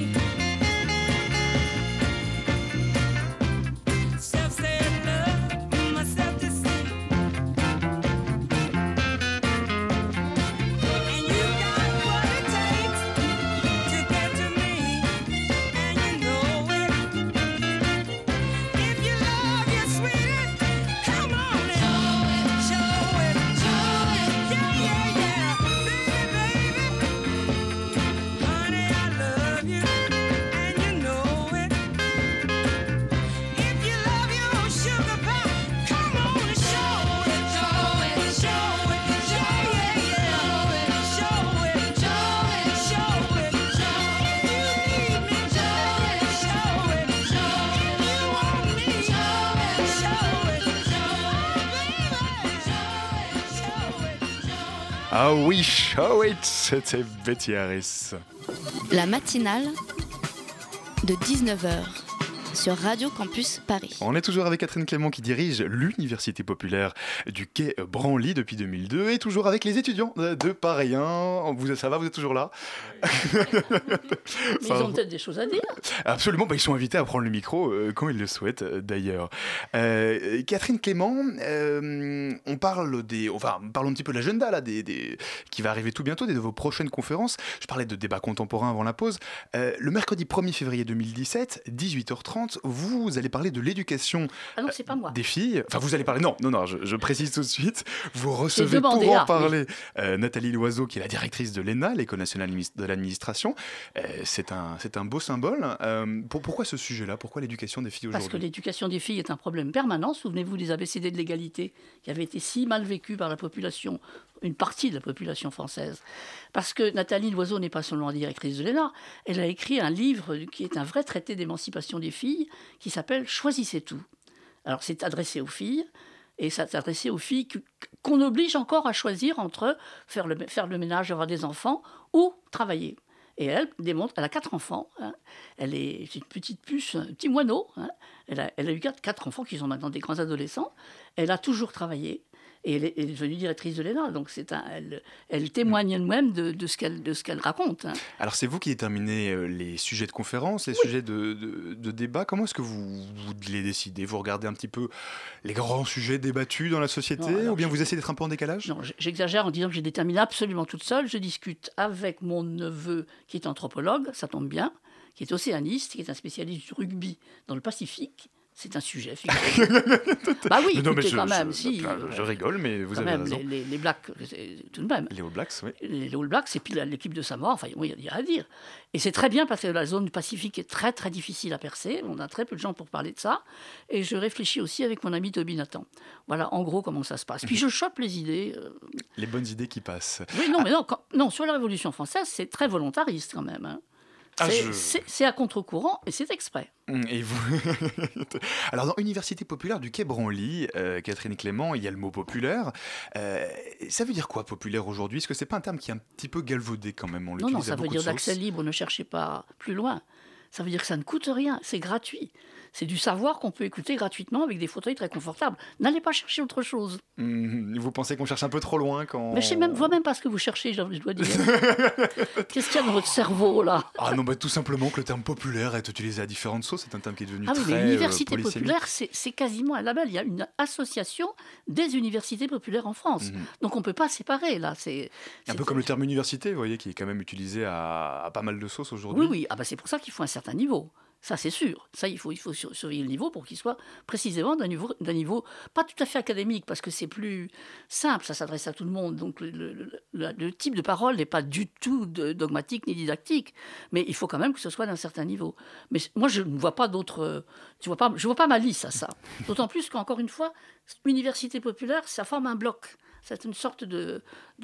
Ah oui, c'était Betty Harris. La matinale de 19h sur Radio Campus Paris. On est toujours avec Catherine Clément qui dirige l'Université populaire du quai Branly depuis 2002 et toujours avec les étudiants de Paris 1. Ça va, vous êtes toujours là? Mais ils ont peut-être des choses à dire. Absolument, ils sont invités à prendre le micro quand ils le souhaitent d'ailleurs. Catherine Clément, on parle parlons un petit peu de l'agenda là, qui va arriver tout bientôt, de vos prochaines conférences. Je parlais de débat contemporain avant la pause. Le mercredi 1er février 2017, 18h30, vous allez parler de l'éducation c'est pas moi. des filles. Enfin, vous allez parler... Non, je précise tout de suite. Vous recevez pour en parler Nathalie Loiseau, qui est la directrice de l'ENA, l'École nationale de l'administration. C'est un beau symbole. Pourquoi ce sujet-là? Pourquoi l'éducation des filles aujourd'hui? Parce que l'éducation des filles est un problème permanent. Souvenez-vous des abécédés de l'égalité qui avaient été si mal vécus par la population, une partie de la population française. Parce que Nathalie Loiseau n'est pas seulement la directrice de l'ENA, elle a écrit un livre qui est un vrai traité d'émancipation des filles, qui s'appelle « Choisissez tout ». Alors c'est adressé aux filles, et ça s'adressait aux filles qu'on oblige encore à choisir entre faire le ménage, avoir des enfants, ou travailler. Et elle démontre, elle a 4 enfants, c'est une petite puce, un petit moineau, elle a eu 4 enfants qui sont maintenant des grands adolescents, elle a toujours travaillé. Et elle est devenue directrice de l'ENA, donc elle témoigne elle-même de ce qu'elle raconte. Alors c'est vous qui déterminez les sujets de conférence, les sujets de débat. Comment est-ce que vous les décidez? Vous regardez un petit peu les grands sujets débattus dans la société, ou bien vous essayez d'être un peu en décalage? Non, j'exagère en disant que je détermine absolument toute seule. Je discute avec mon neveu qui est anthropologue, ça tombe bien, qui est océaniste, qui est un spécialiste du rugby dans le Pacifique. C'est un sujet, bah oui, écoutez, quand même, je rigole, mais vous avez raison. Les Blacks, tout de même. Les All Blacks, oui. Les All Blacks, et puis l'équipe de Samoa, enfin, il y a à dire. Et c'est très bien parce que la zone du Pacifique est très, très difficile à percer. On a très peu de gens pour parler de ça. Et je réfléchis aussi avec mon ami Toby Nathan. Voilà, en gros, comment ça se passe. Puis je chope les idées. Les bonnes idées qui passent. Oui, non, mais non, sur la Révolution française, c'est très volontariste quand même. C'est à contre-courant et c'est exprès. Et vous Alors, dans Université populaire du quai Branly, Catherine Clément, il y a le mot populaire. Ça veut dire quoi, populaire, aujourd'hui? Est-ce que c'est pas un terme qui est un petit peu galvaudé quand même? Non, ça veut dire d'accès libre, ne cherchez pas plus loin. Ça veut dire que ça ne coûte rien, c'est gratuit. C'est du savoir qu'on peut écouter gratuitement avec des fauteuils très confortables. N'allez pas chercher autre chose. Vous pensez qu'on cherche un peu trop loin quand... Mais je vois même pas ce que vous cherchez, je dois dire. Qu'est-ce qu'il y a dans votre cerveau, là? Tout simplement que le terme populaire est utilisé à différentes sauces. C'est un terme qui est devenu très mais l'université populaire, c'est quasiment un label. Il y a une association des universités populaires en France. Donc on ne peut pas séparer, là. C'est un peu comme le terme université, vous voyez, qui est quand même utilisé à pas mal de sauces aujourd'hui. Oui. C'est pour ça qu'il faut un certain niveau. Ça, c'est sûr. Ça, il faut surveiller le niveau pour qu'il soit précisément d'un niveau pas tout à fait académique, parce que c'est plus simple, ça s'adresse à tout le monde. Donc, le type de parole n'est pas du tout dogmatique ni didactique, mais il faut quand même que ce soit d'un certain niveau. Mais moi, je ne vois pas d'autres... Je vois pas malice à ça. D'autant plus qu'encore une fois, université populaire, ça forme un bloc. C'est une sorte de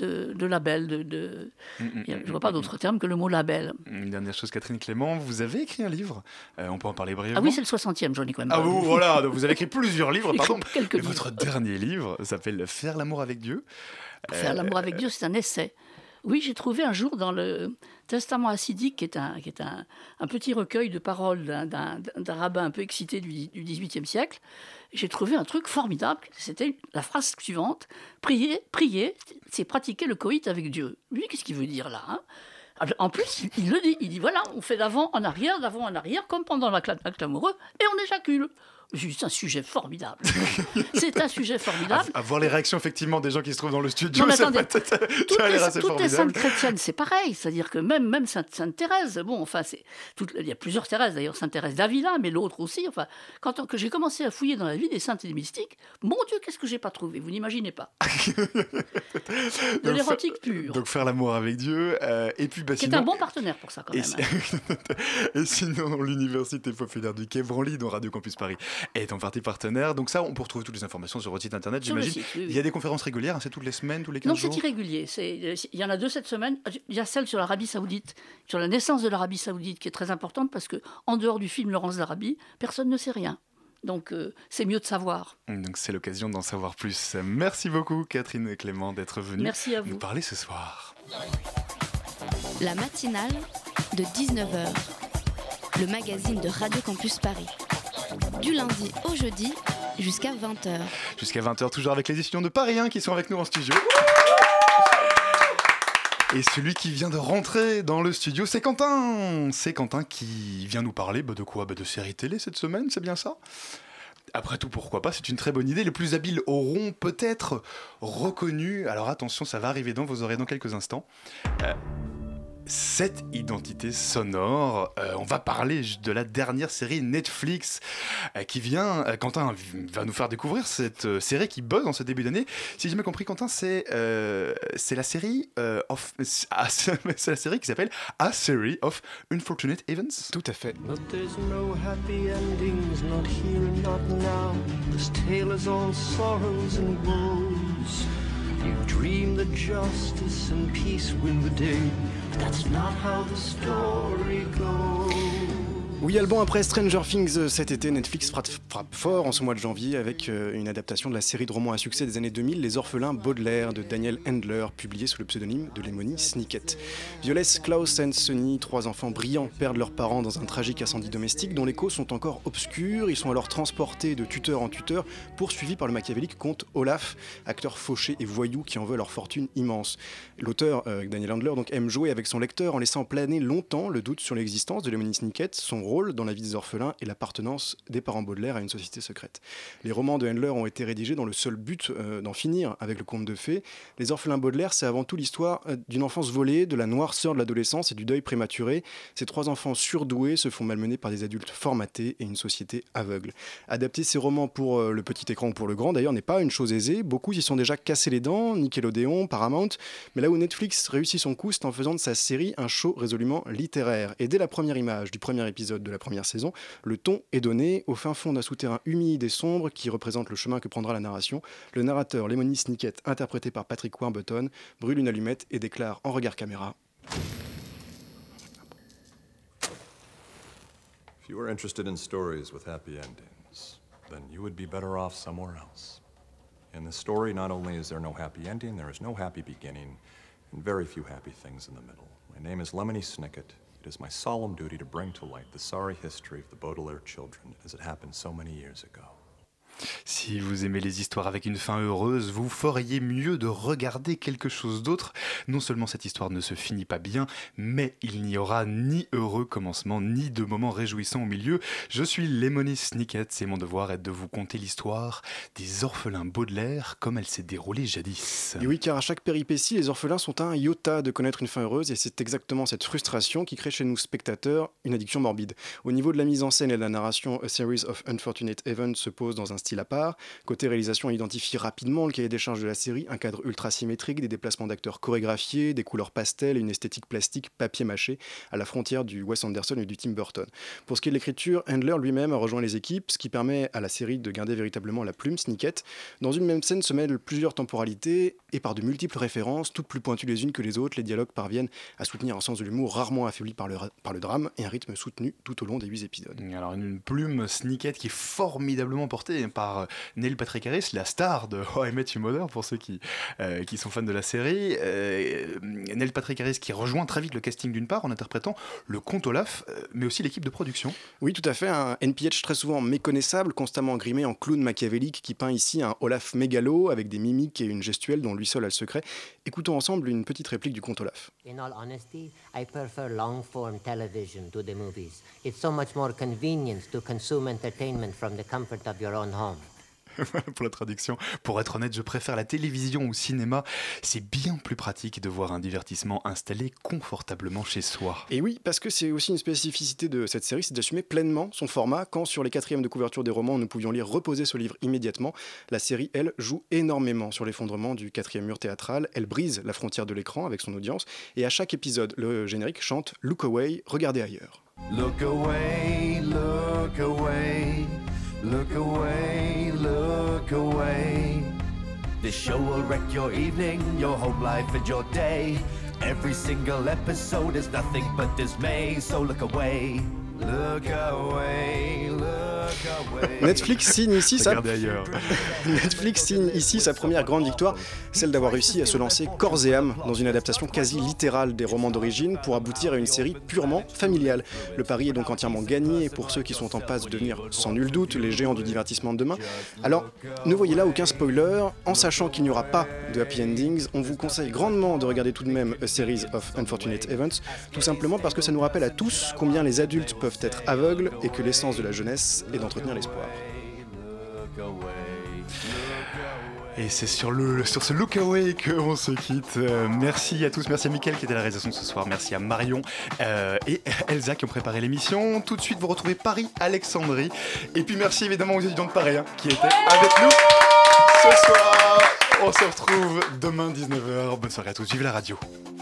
label. Je ne vois pas d'autre terme que le mot label. Une dernière chose, Catherine Clément, vous avez écrit un livre. On peut en parler brièvement. Ah oui, c'est le 60e, j'en ai quand même. Ah bon, voilà, vous avez écrit plusieurs livres, pardon. Et votre dernier livre s'appelle « Faire l'amour avec Dieu ». Faire l'amour avec Dieu, c'est un essai. Oui, j'ai trouvé un jour dans le Testament hassidique, qui est un petit recueil de paroles d'un rabbin un peu excité du XVIIIe siècle, j'ai trouvé un truc formidable. C'était la phrase suivante: prier, c'est pratiquer le coït avec Dieu. Lui, qu'est-ce qu'il veut dire là, En plus, il le dit. Il dit voilà, on fait d'avant en arrière, comme pendant l'acte amoureux, et on éjacule. C'est un sujet formidable. C'est un sujet formidable. À voir les réactions, effectivement, des gens qui se trouvent dans le studio, non, ça toutes les saintes chrétiennes, c'est pareil. C'est-à-dire que même Sainte Thérèse, il y a plusieurs Thérèses, d'ailleurs, Sainte Thérèse d'Avila, mais l'autre aussi. Enfin, quand j'ai commencé à fouiller dans la vie des saintes et des mystiques, mon Dieu, qu'est-ce que j'ai pas trouvé? Vous n'imaginez pas. De l'érotique pure. Donc faire l'amour avec Dieu. Et puis, c'est un bon partenaire pour ça, quand même. Et sinon, l'Université populaire du quai Branly, dont Radio Campus Paris est en partie partenaire. Donc ça, on peut retrouver toutes les informations sur votre site internet, j'imagine. Oui. Il y a des conférences régulières, c'est toutes les semaines, tous les 15 jours? Non, c'est irrégulier. Il y en a 2 cette semaine. Il y a celle sur l'Arabie Saoudite, sur la naissance de l'Arabie Saoudite, qui est très importante parce qu'en dehors du film Laurence d'Arabie, personne ne sait rien. Donc c'est mieux de savoir. Donc c'est l'occasion d'en savoir plus. Merci beaucoup Catherine Clément d'être venue Merci à vous. nous parler ce soir. La matinale de 19h, le magazine de Radio Campus Paris. Du lundi au jeudi jusqu'à 20h. Jusqu'à 20h, toujours avec les étudiants de Paris 1 qui sont avec nous en studio. Et celui qui vient de rentrer dans le studio, c'est Quentin. C'est Quentin qui vient nous parler de quoi ? De séries télé cette semaine, c'est bien ça ? Après tout, pourquoi pas, c'est une très bonne idée. Les plus habiles auront peut-être reconnu, alors attention, ça va arriver dans vos oreilles dans quelques instants, cette identité sonore. On va parler de la dernière série Netflix qui vient. Quentin va nous faire découvrir cette série qui buzz en ce début d'année. Si j'ai bien compris, Quentin, c'est la série c'est la série qui s'appelle A Series of Unfortunate Events. Tout à fait. But there's no happy endings, not here and not now. This tale is all sorrows and woes. You dream that justice and peace win the day, but that's not how the story goes. Oui, Alban, après Stranger Things cet été, Netflix frappe fort en ce mois de janvier avec une adaptation de la série de romans à succès des années 2000, Les Orphelins Baudelaire de Daniel Handler, publié sous le pseudonyme de Lemony Snicket. Violès, Klaus et Sonny, 3 enfants brillants, perdent leurs parents dans un tragique incendie domestique dont les causes sont encore obscures. Ils sont alors transportés de tuteur en tuteur, poursuivis par le machiavélique comte Olaf, acteur fauché et voyou qui en veut leur fortune immense. L'auteur, Daniel Handler, donc, aime jouer avec son lecteur en laissant planer longtemps le doute sur l'existence de Lemony Snicket, son rôle dans la vie des orphelins et l'appartenance des parents Baudelaire à une société secrète. Les romans de Handler ont été rédigés dans le seul but d'en finir avec le conte de fées. Les orphelins Baudelaire, c'est avant tout l'histoire d'une enfance volée, de la noirceur de l'adolescence et du deuil prématuré. Ces 3 enfants surdoués se font malmener par des adultes formatés et une société aveugle. Adapter ces romans pour le petit écran ou pour le grand, d'ailleurs, n'est pas une chose aisée. Beaucoup s'y sont déjà cassés les dents, Nickelodeon, Paramount, mais là où Netflix réussit son coup, c'est en faisant de sa série un show résolument littéraire. Et dès la première image du premier épisode de la première saison, le ton est donné au fin fond d'un souterrain humide et sombre qui représente le chemin que prendra la narration. Le narrateur Lemony Snicket, interprété par Patrick Warburton, brûle une allumette et déclare en regard caméra: If you were interested in stories with happy endings, then you would be better off somewhere else. In this story, not only is there no happy ending, there is no happy beginning, and very few happy things in the middle. My name is Lemony Snicket. It is my solemn duty to bring to light the sorry history of the Baudelaire children as it happened so many years ago. Si vous aimez les histoires avec une fin heureuse, vous feriez mieux de regarder quelque chose d'autre. Non seulement cette histoire ne se finit pas bien, mais il n'y aura ni heureux commencement, ni de moments réjouissants au milieu. Je suis Lemony Snicket, c'est mon devoir est de vous conter l'histoire des orphelins Baudelaire comme elle s'est déroulée jadis. Et oui, car à chaque péripétie, les orphelins sont un iota de connaître une fin heureuse, et c'est exactement cette frustration qui crée chez nous spectateurs une addiction morbide. Au niveau de la mise en scène et de la narration, A Series of Unfortunate Events se pose dans un style à part. Côté réalisation, on identifie rapidement le cahier des charges de la série, un cadre ultra symétrique, des déplacements d'acteurs chorégraphiés, des couleurs pastel et une esthétique plastique papier-mâché à la frontière du Wes Anderson et du Tim Burton. Pour ce qui est de l'écriture, Handler lui-même a rejoint les équipes, ce qui permet à la série de garder véritablement la plume Snicket. Dans une même scène se mêlent plusieurs temporalités et par de multiples références, toutes plus pointues les unes que les autres, les dialogues parviennent à soutenir un sens de l'humour rarement affaibli par le drame et un rythme soutenu tout au long des 8 épisodes. Alors une plume Snicket qui est formidablement portée par Neil Patrick Harris, la star de How I Met Your Mother, pour ceux qui sont fans de la série. Neil Patrick Harris qui rejoint très vite le casting d'une part en interprétant le comte Olaf, mais aussi l'équipe de production. Oui, tout à fait, un NPH très souvent méconnaissable, constamment grimé en clown machiavélique qui peint ici un Olaf mégalo avec des mimiques et une gestuelle dont lui seul a le secret. Écoutons ensemble une petite réplique du comte Olaf. In all honesty, I prefer long-form television to the movies. It's so much more convenient to consume entertainment from the comfort of your own home. Pour la traduction, pour être honnête, je préfère la télévision au cinéma. C'est bien plus pratique de voir un divertissement installé confortablement chez soi. Et oui, parce que c'est aussi une spécificité de cette série, c'est d'assumer pleinement son format. Quand sur les 4e de couverture des romans, nous pouvions lire reposer ce livre immédiatement, la série, elle, joue énormément sur l'effondrement du 4e mur théâtral. Elle brise la frontière de l'écran avec son audience. Et à chaque épisode, le générique chante « Look away, regardez ailleurs ». Look away, look away. Look away, look away. This show will wreck your evening, your home life and your day. Every single episode is nothing but dismay. So look away, look away, look Netflix signe ici Regardez ailleurs. Netflix signe ici sa première grande victoire, celle d'avoir réussi à se lancer corps et âme dans une adaptation quasi littérale des romans d'origine pour aboutir à une série purement familiale. Le pari est donc entièrement gagné pour ceux qui sont en passe de devenir sans nul doute les géants du divertissement de demain. Alors, ne voyez là aucun spoiler, en sachant qu'il n'y aura pas de happy endings, on vous conseille grandement de regarder tout de même A Series of Unfortunate Events, tout simplement parce que ça nous rappelle à tous combien les adultes peuvent être aveugles et que l'essence de la jeunesse est d'entretenir l'espoir. Et c'est sur ce Look Away qu'on se quitte. Merci à tous, merci à Mickaël qui était à la réalisation ce soir, merci à Marion et Elsa qui ont préparé l'émission. Tout de suite, vous retrouvez Paris, Alexandrie. Et puis merci évidemment aux étudiants de Paris qui étaient avec nous ce soir. On se retrouve demain 19h. Bonne soirée à tous, vive la radio.